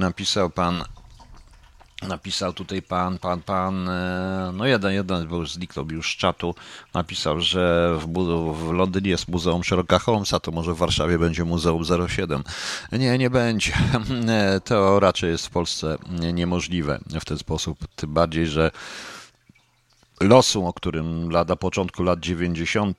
napisał tutaj pan, no jeden był zniknął już z czatu, napisał, że w Londynie jest Muzeum Sherlocka Holmesa, to może w Warszawie będzie Muzeum 07. Nie będzie. To raczej jest w Polsce niemożliwe w ten sposób, tym bardziej, że losu, o którym na początku lat 90.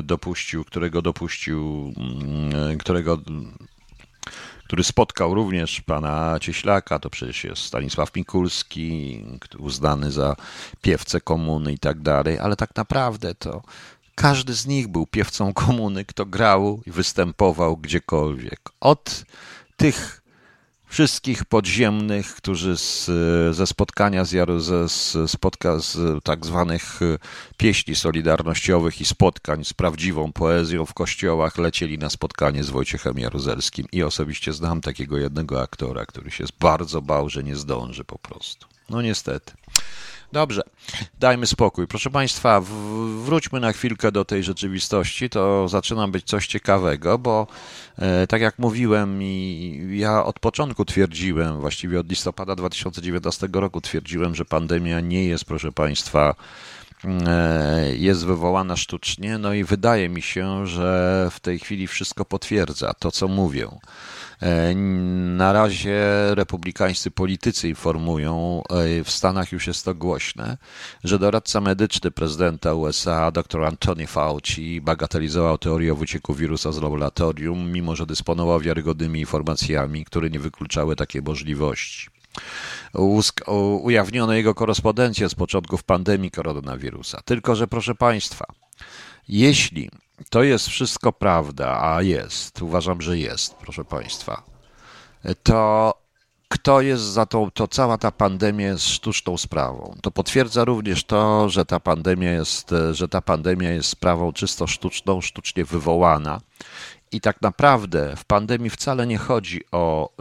który spotkał również pana Cieślaka, to przecież jest Stanisław Mikulski, uznany za piewcę komuny i tak dalej, ale tak naprawdę to każdy z nich był piewcą komuny, kto grał i występował gdziekolwiek. Od tych wszystkich podziemnych, którzy ze spotkania z tak zwanych pieśni solidarnościowych i spotkań z prawdziwą poezją w kościołach lecieli na spotkanie z Wojciechem Jaruzelskim i osobiście znam takiego jednego aktora, który się bardzo bał, że nie zdąży po prostu. No niestety. Dobrze, dajmy spokój. Proszę Państwa, wróćmy na chwilkę do tej rzeczywistości. To zaczyna być coś ciekawego, bo tak jak mówiłem i ja od początku twierdziłem, właściwie od listopada 2019 roku twierdziłem, że pandemia nie jest, proszę Państwa, jest wywołana sztucznie, no i wydaje mi się, że w tej chwili wszystko potwierdza to, co mówię. Na razie republikańscy politycy informują, w Stanach już jest to głośne, że doradca medyczny prezydenta USA, dr Anthony Fauci, bagatelizował teorię o wycieku wirusa z laboratorium, mimo że dysponował wiarygodnymi informacjami, które nie wykluczały takiej możliwości. Ujawniono jego korespondencję z początków pandemii koronawirusa. Tylko że, proszę Państwa, jeśli to jest wszystko prawda, a jest, uważam, że jest, proszę Państwa, to kto jest za tą, to cała ta pandemia jest sztuczną sprawą. To potwierdza również to, że ta pandemia jest sprawą czysto sztuczną, sztucznie wywołana. I tak naprawdę w pandemii wcale nie chodzi o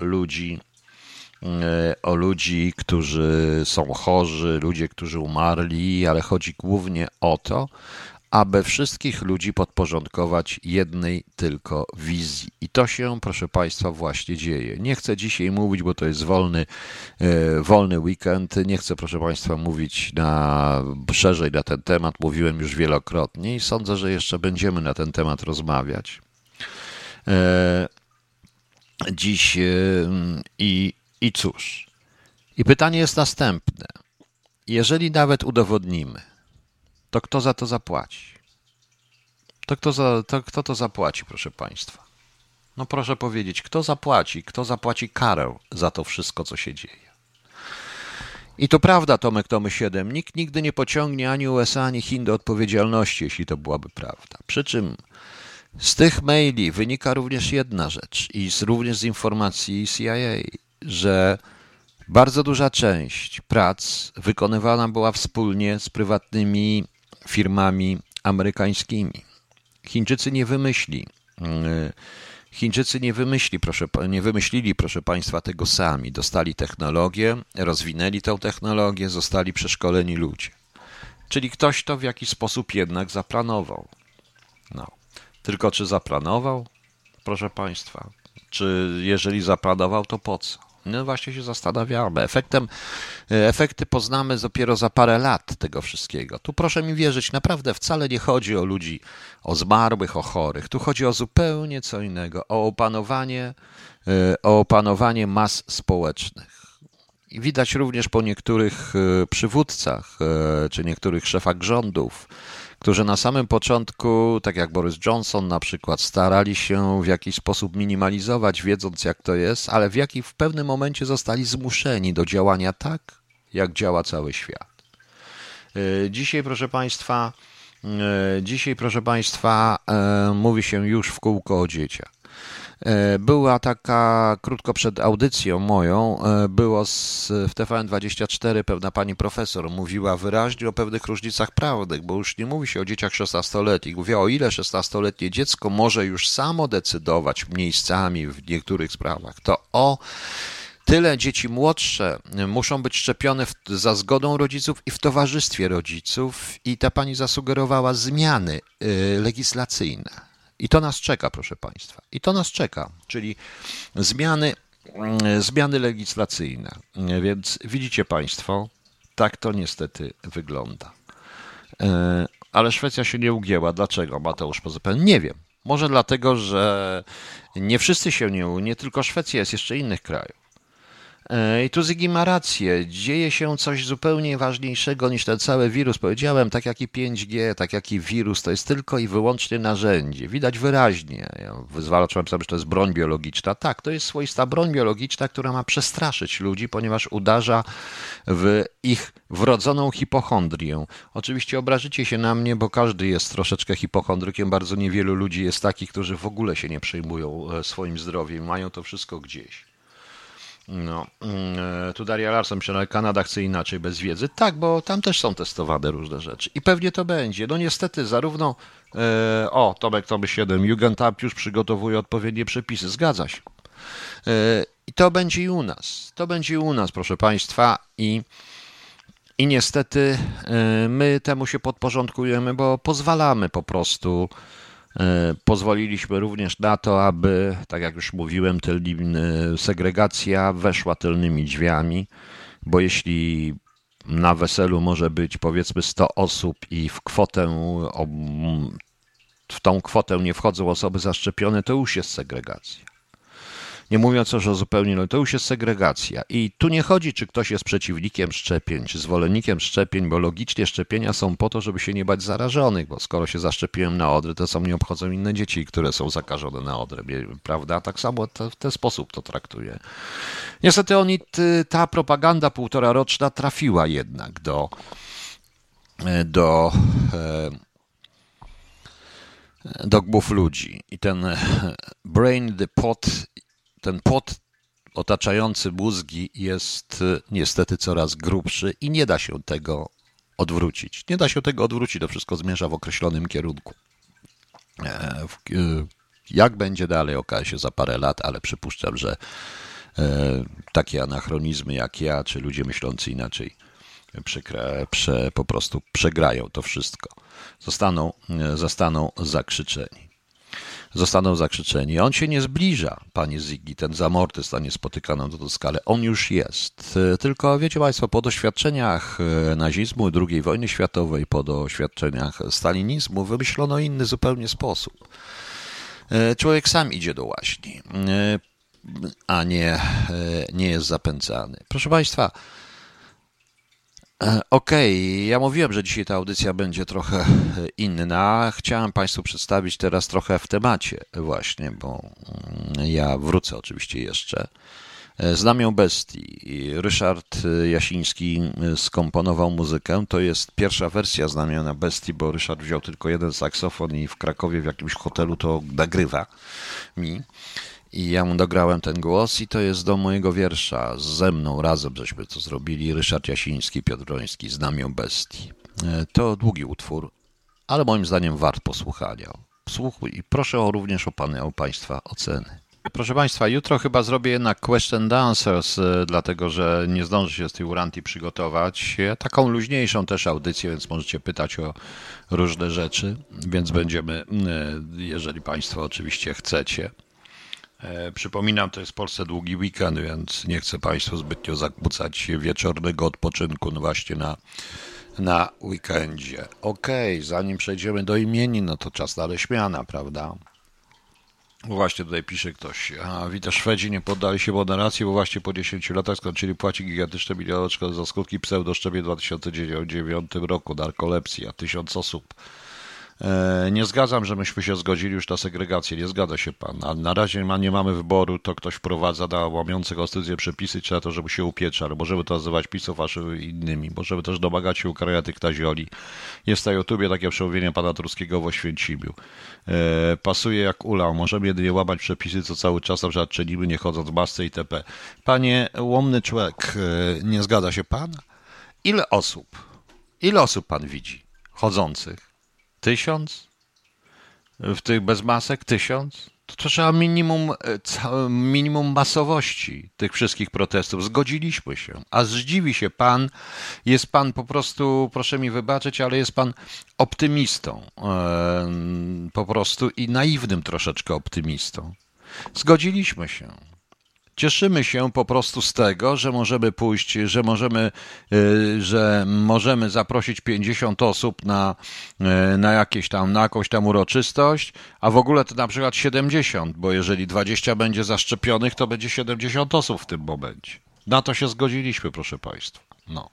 ludzi, którzy są chorzy, ludzie, którzy umarli, ale chodzi głównie o to, aby wszystkich ludzi podporządkować jednej tylko wizji. I to się, proszę Państwa, właśnie dzieje. Nie chcę dzisiaj mówić, bo to jest wolny weekend. Nie chcę, proszę Państwa, mówić szerzej na ten temat. Mówiłem już wielokrotnie i sądzę, że jeszcze będziemy na ten temat rozmawiać. Dziś i cóż. I pytanie jest następne. Jeżeli nawet udowodnimy, to kto za to zapłaci? Kto to zapłaci, proszę Państwa? No proszę powiedzieć, kto zapłaci karę za to wszystko, co się dzieje? I to prawda, Tomek Tomy 7, nikt nigdy nie pociągnie ani USA, ani Chin do odpowiedzialności, jeśli to byłaby prawda. Przy czym z tych maili wynika również jedna rzecz i również z informacji CIA, że bardzo duża część prac wykonywana była wspólnie z prywatnymi firmami amerykańskimi. Chińczycy nie wymyślili, proszę Państwa, tego sami. Dostali technologię, rozwinęli tę technologię, zostali przeszkoleni ludzie. Czyli ktoś to w jakiś sposób jednak zaplanował. No. Tylko czy zaplanował? Proszę Państwa. Czy jeżeli zaplanował, to po co? No właśnie się zastanawiamy. Efekty poznamy dopiero za parę lat tego wszystkiego. Tu proszę mi wierzyć, naprawdę wcale nie chodzi o ludzi, o zmarłych, o chorych. Tu chodzi o zupełnie co innego, o opanowanie mas społecznych. I widać również po niektórych przywódcach, czy niektórych szefach rządów, którzy na samym początku, tak jak Boris Johnson na przykład, starali się w jakiś sposób minimalizować, wiedząc jak to jest, ale w pewnym momencie zostali zmuszeni do działania tak, jak działa cały świat. Dzisiaj, proszę Państwa, mówi się już w kółko o dzieciach. Była taka, krótko przed audycją moją, w TVN24 pewna pani profesor mówiła wyraźnie o pewnych różnicach prawnych, bo już nie mówi się o dzieciach 16-letnich. Mówiła, o ile 16-letnie dziecko może już samo decydować miejscami w niektórych sprawach, to o tyle dzieci młodsze muszą być szczepione za zgodą rodziców i w towarzystwie rodziców i ta pani zasugerowała zmiany legislacyjne. I to nas czeka, proszę Państwa. I to nas czeka, czyli zmiany legislacyjne. Więc widzicie Państwo, tak to niestety wygląda. Ale Szwecja się nie ugięła. Dlaczego, Mateusz Pozypen? Nie wiem. Może dlatego, że nie wszyscy się nie tylko Szwecja, jest jeszcze innych krajów. I tu Zygi ma rację, dzieje się coś zupełnie ważniejszego niż ten cały wirus. Powiedziałem, tak jak i 5G, tak jak i wirus, to jest tylko i wyłącznie narzędzie. Widać wyraźnie. Ja wyzwalałem sobie, że to jest broń biologiczna. Tak, to jest swoista broń biologiczna, która ma przestraszyć ludzi, ponieważ uderza w ich wrodzoną hipochondrię. Oczywiście obrażycie się na mnie, bo każdy jest troszeczkę hipochondrykiem. Bardzo niewielu ludzi jest takich, którzy w ogóle się nie przejmują swoim zdrowiem, mają to wszystko gdzieś. No, tu Daria Larsen pisze, ale Kanada chce inaczej, bez wiedzy. Tak, bo tam też są testowane różne rzeczy. I pewnie to będzie. No niestety zarówno Tomek Tomy 7, Jugendamt już przygotowuje odpowiednie przepisy. Zgadza się. I to będzie i u nas. To będzie i u nas, proszę Państwa. I niestety my temu się podporządkujemy, bo pozwalamy po prostu. Pozwoliliśmy również na to, aby, tak jak już mówiłem, segregacja weszła tylnymi drzwiami, bo jeśli na weselu może być powiedzmy 100 osób i w tą kwotę nie wchodzą osoby zaszczepione, to już jest segregacja. Nie mówiąc już o zupełnie, no to już jest segregacja. I tu nie chodzi, czy ktoś jest przeciwnikiem szczepień, czy zwolennikiem szczepień, bo logicznie szczepienia są po to, żeby się nie bać zarażonych, bo skoro się zaszczepiłem na odrę, to mnie obchodzą inne dzieci, które są zakażone na odrę, prawda? Tak samo w ten sposób to traktuję. Niestety ta propaganda półtoraroczna trafiła jednak do głów ludzi. I ten brain, ten pot otaczający mózgi jest niestety coraz grubszy i nie da się tego odwrócić. Nie da się tego odwrócić, to wszystko zmierza w określonym kierunku. Jak będzie dalej, okaże się za parę lat, ale przypuszczam, że takie anachronizmy jak ja, czy ludzie myślący inaczej po prostu przegrają to wszystko. Zostaną zakrzyczeni. Zostaną zakrzyczeni. On się nie zbliża, panie Ziggy, ten zamortyst, a nie spotykaną do skalę. On już jest. Tylko wiecie państwo, po doświadczeniach nazizmu, II wojny światowej, po doświadczeniach stalinizmu wymyślono inny zupełnie sposób. Człowiek sam idzie do łaźni, a nie jest zapędzany. Proszę państwa, okej, ja mówiłem, że dzisiaj ta audycja będzie trochę inna. Chciałem państwu przedstawić teraz trochę w temacie właśnie, bo ja wrócę oczywiście jeszcze. Znamię Bestii. Ryszard Jasiński skomponował muzykę. To jest pierwsza wersja Znamienia Bestii, bo Ryszard wziął tylko jeden saksofon i w Krakowie w jakimś hotelu to nagrywa mi. I ja mu dograłem ten głos i to jest do mojego wiersza. Ze mną razem żeśmy to zrobili. Ryszard Jasiński, Piotr Broński, Znamię Bestii. To długi utwór, ale moim zdaniem wart posłuchania. I proszę również o państwa oceny. Proszę państwa, jutro chyba zrobię jednak question and answers, dlatego że nie zdążę się z tej Uranti przygotować. Taką luźniejszą też audycję, więc możecie pytać o różne rzeczy, więc będziemy, jeżeli państwo oczywiście chcecie. Przypominam, to jest w Polsce długi weekend, więc nie chcę państwu zbytnio zakłócać wieczornego odpoczynku właśnie na weekendzie. Okej, zanim przejdziemy do imienin, no to czas na Leśmiana, prawda? Właśnie tutaj pisze ktoś, widzę, Szwedzi nie poddali się moderacji, bo właśnie po 10 latach skończyli płacić gigantyczne miliony za skutki pseudoszczepień w 2009 roku, narkolepsja, 1000 osób. Nie zgadzam, że myśmy się zgodzili już na segregację, nie zgadza się pan. A na razie nie mamy wyboru, to ktoś wprowadza na łamiące konstytucję przepisy, czy na to, żeby się upieczał, ale możemy to nazywać PiS-ów, a innymi. Możemy też domagać się ukarania tych nazioli. Jest na YouTubie takie przemówienie pana Turskiego w Oświęcimiu. Pasuje jak ulał. Możemy jedynie łamać przepisy, co cały czas na przykład czynimy, nie chodząc w masce itp. Panie łomny człowiek, nie zgadza się pan? Ile osób pan widzi chodzących? 1000? W tych bez masek 1000? To trzeba minimum masowości tych wszystkich protestów. Zgodziliśmy się. A zdziwi się pan, jest pan po prostu, proszę mi wybaczyć, ale jest pan optymistą. Po prostu i naiwnym troszeczkę optymistą. Zgodziliśmy się. Cieszymy się po prostu z tego, że możemy pójść, że możemy zaprosić 50 osób na jakąś tam uroczystość, a w ogóle to na przykład 70, bo jeżeli 20 będzie zaszczepionych, to będzie 70 osób w tym momencie. Na to się zgodziliśmy, proszę państwa.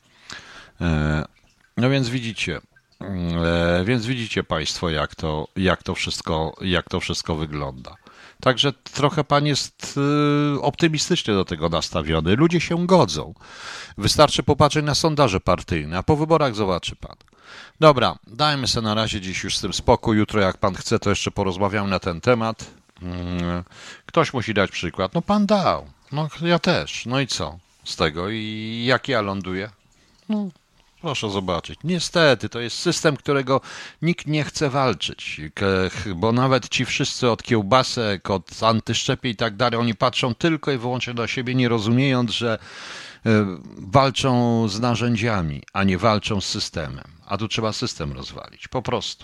No więc widzicie państwo, jak to wszystko wygląda. Także trochę pan jest optymistycznie do tego nastawiony. Ludzie się godzą. Wystarczy popatrzeć na sondaże partyjne, a po wyborach zobaczy pan. Dobra, dajmy sobie na razie dziś już z tym spokój. Jutro jak pan chce, to jeszcze porozmawiamy na ten temat. Ktoś musi dać przykład. No pan dał. No ja też. No i co z tego? I jak ja ląduję? No. Proszę zobaczyć. Niestety, to jest system, którego nikt nie chce walczyć, bo nawet ci wszyscy od kiełbasek, od antyszczepień i tak dalej, oni patrzą tylko i wyłącznie na siebie, nie rozumiejąc, że walczą z narzędziami, a nie walczą z systemem. A tu trzeba system rozwalić, po prostu.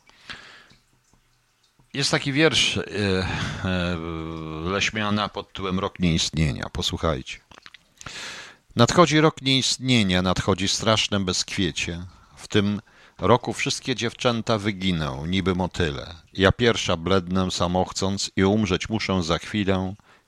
Jest taki wiersz Leśmiana pod tytułem Rok Nieistnienia. Posłuchajcie. Nadchodzi rok nieistnienia, nadchodzi straszne bezkwiecie. W tym roku wszystkie dziewczęta wyginą, niby motyle. Ja pierwsza blednę samochcąc i umrzeć muszę za chwilę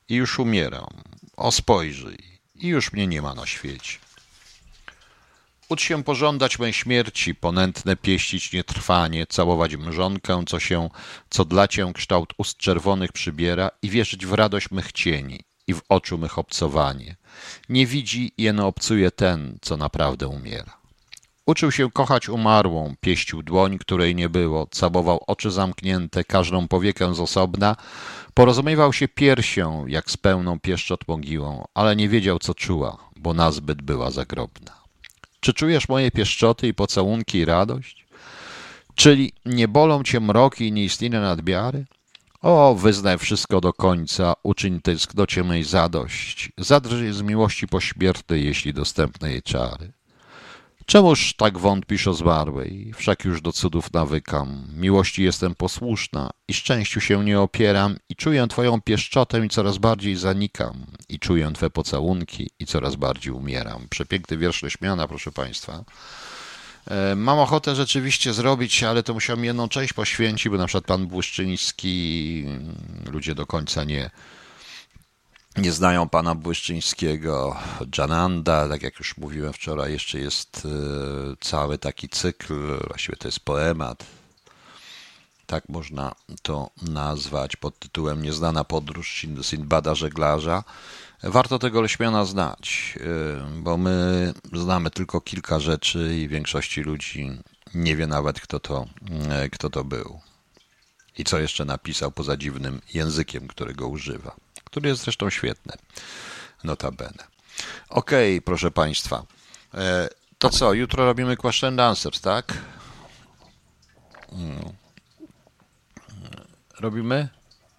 i już umieram. O, spojrzyj, i już mnie nie ma na świecie. Ucz się pożądać mej śmierci, ponętne pieścić nietrwanie, całować mrzonkę, co dla cię kształt ust czerwonych przybiera i wierzyć w radość mych cieni i w oczu mych obcowanie. Nie widzi, jeno obcuje ten, co naprawdę umiera. Uczył się kochać umarłą, pieścił dłoń, której nie było, całował oczy zamknięte, każdą powiekę z osobna, porozumiewał się piersią, jak z pełną pieszczot mogiłą, ale nie wiedział, co czuła, bo nazbyt była zagrobna. Czy czujesz moje pieszczoty i pocałunki i radość? Czyli nie bolą cię mroki i nieistnione nadmiary? O, wyznaj wszystko do końca, uczyń tęsknocie mej zadość. Zadrżyj z miłości pośmiertnej, jeśli dostępne jej czary. Czemuż tak wątpisz o zmarłej? Wszak już do cudów nawykam. Miłości jestem posłuszna i szczęściu się nie opieram i czuję twoją pieszczotę i coraz bardziej zanikam. I czuję twe pocałunki i coraz bardziej umieram. Przepiękny wiersz Leśmiana, proszę państwa. Mam ochotę rzeczywiście zrobić, ale to musiałem jedną część poświęcić, bo na przykład pan Błyszczyński, ludzie do końca nie znają pana Błyszczyńskiego, Jananda, tak jak już mówiłem wczoraj, jeszcze jest cały taki cykl, właściwie to jest poemat, tak można to nazwać, pod tytułem Nieznana podróż Sindbada żeglarza. Warto tego Leśmiana znać, bo my znamy tylko kilka rzeczy i większości ludzi nie wie nawet, kto to był i co jeszcze napisał poza dziwnym językiem, którego używa, który jest zresztą świetny, notabene. Okej, proszę Państwa, to co, jutro robimy question and answers, tak? Robimy?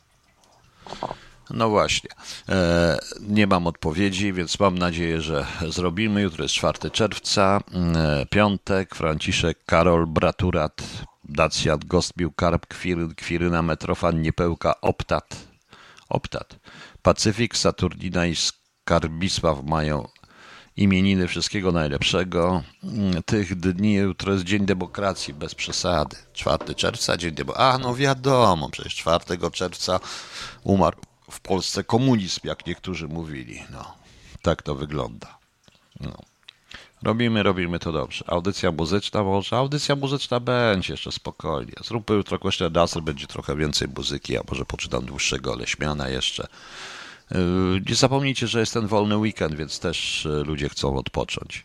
No właśnie, nie mam odpowiedzi, więc mam nadzieję, że zrobimy. Jutro jest 4 czerwca, piątek, Franciszek, Karol, Braturat, Dacjat, Gostbił, Karp, Kwiryna, Metrofan, Niepełka, Optat, Pacyfik, Saturnina i Skarbisław mają imieniny, wszystkiego najlepszego. Tych dni, jutro jest Dzień Demokracji, bez przesady. 4 czerwca, Dzień Demokracji. No wiadomo, przecież 4 czerwca umarł w Polsce komunizm, jak niektórzy mówili. No, tak to wygląda. No. Robimy to dobrze. Audycja muzyczna może? Audycja muzyczna będzie, jeszcze spokojnie. Zróbmy jutro question answer, będzie trochę więcej muzyki, a może poczytam dłuższego Leśmiana jeszcze. Nie zapomnijcie, że jest ten wolny weekend, więc też ludzie chcą odpocząć.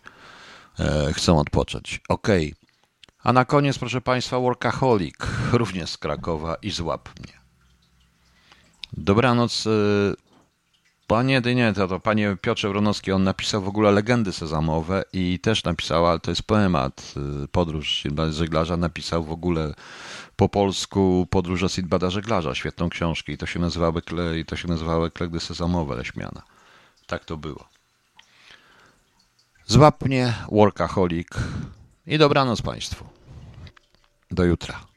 Okej. A na koniec, proszę Państwa, Workaholic, również z Krakowa i Złap mnie. Dobranoc. Panie Piotrze Wronowski, on napisał w ogóle legendy sezamowe i też napisał, ale to jest poemat, Podróż Sindbada Żeglarza, napisał w ogóle po polsku Podróże Sindbada Żeglarza, świetną książkę i to się nazywały Legdy sezamowe Leśmiana. Tak to było. Złap mnie, Workaholic i dobranoc Państwu. Do jutra.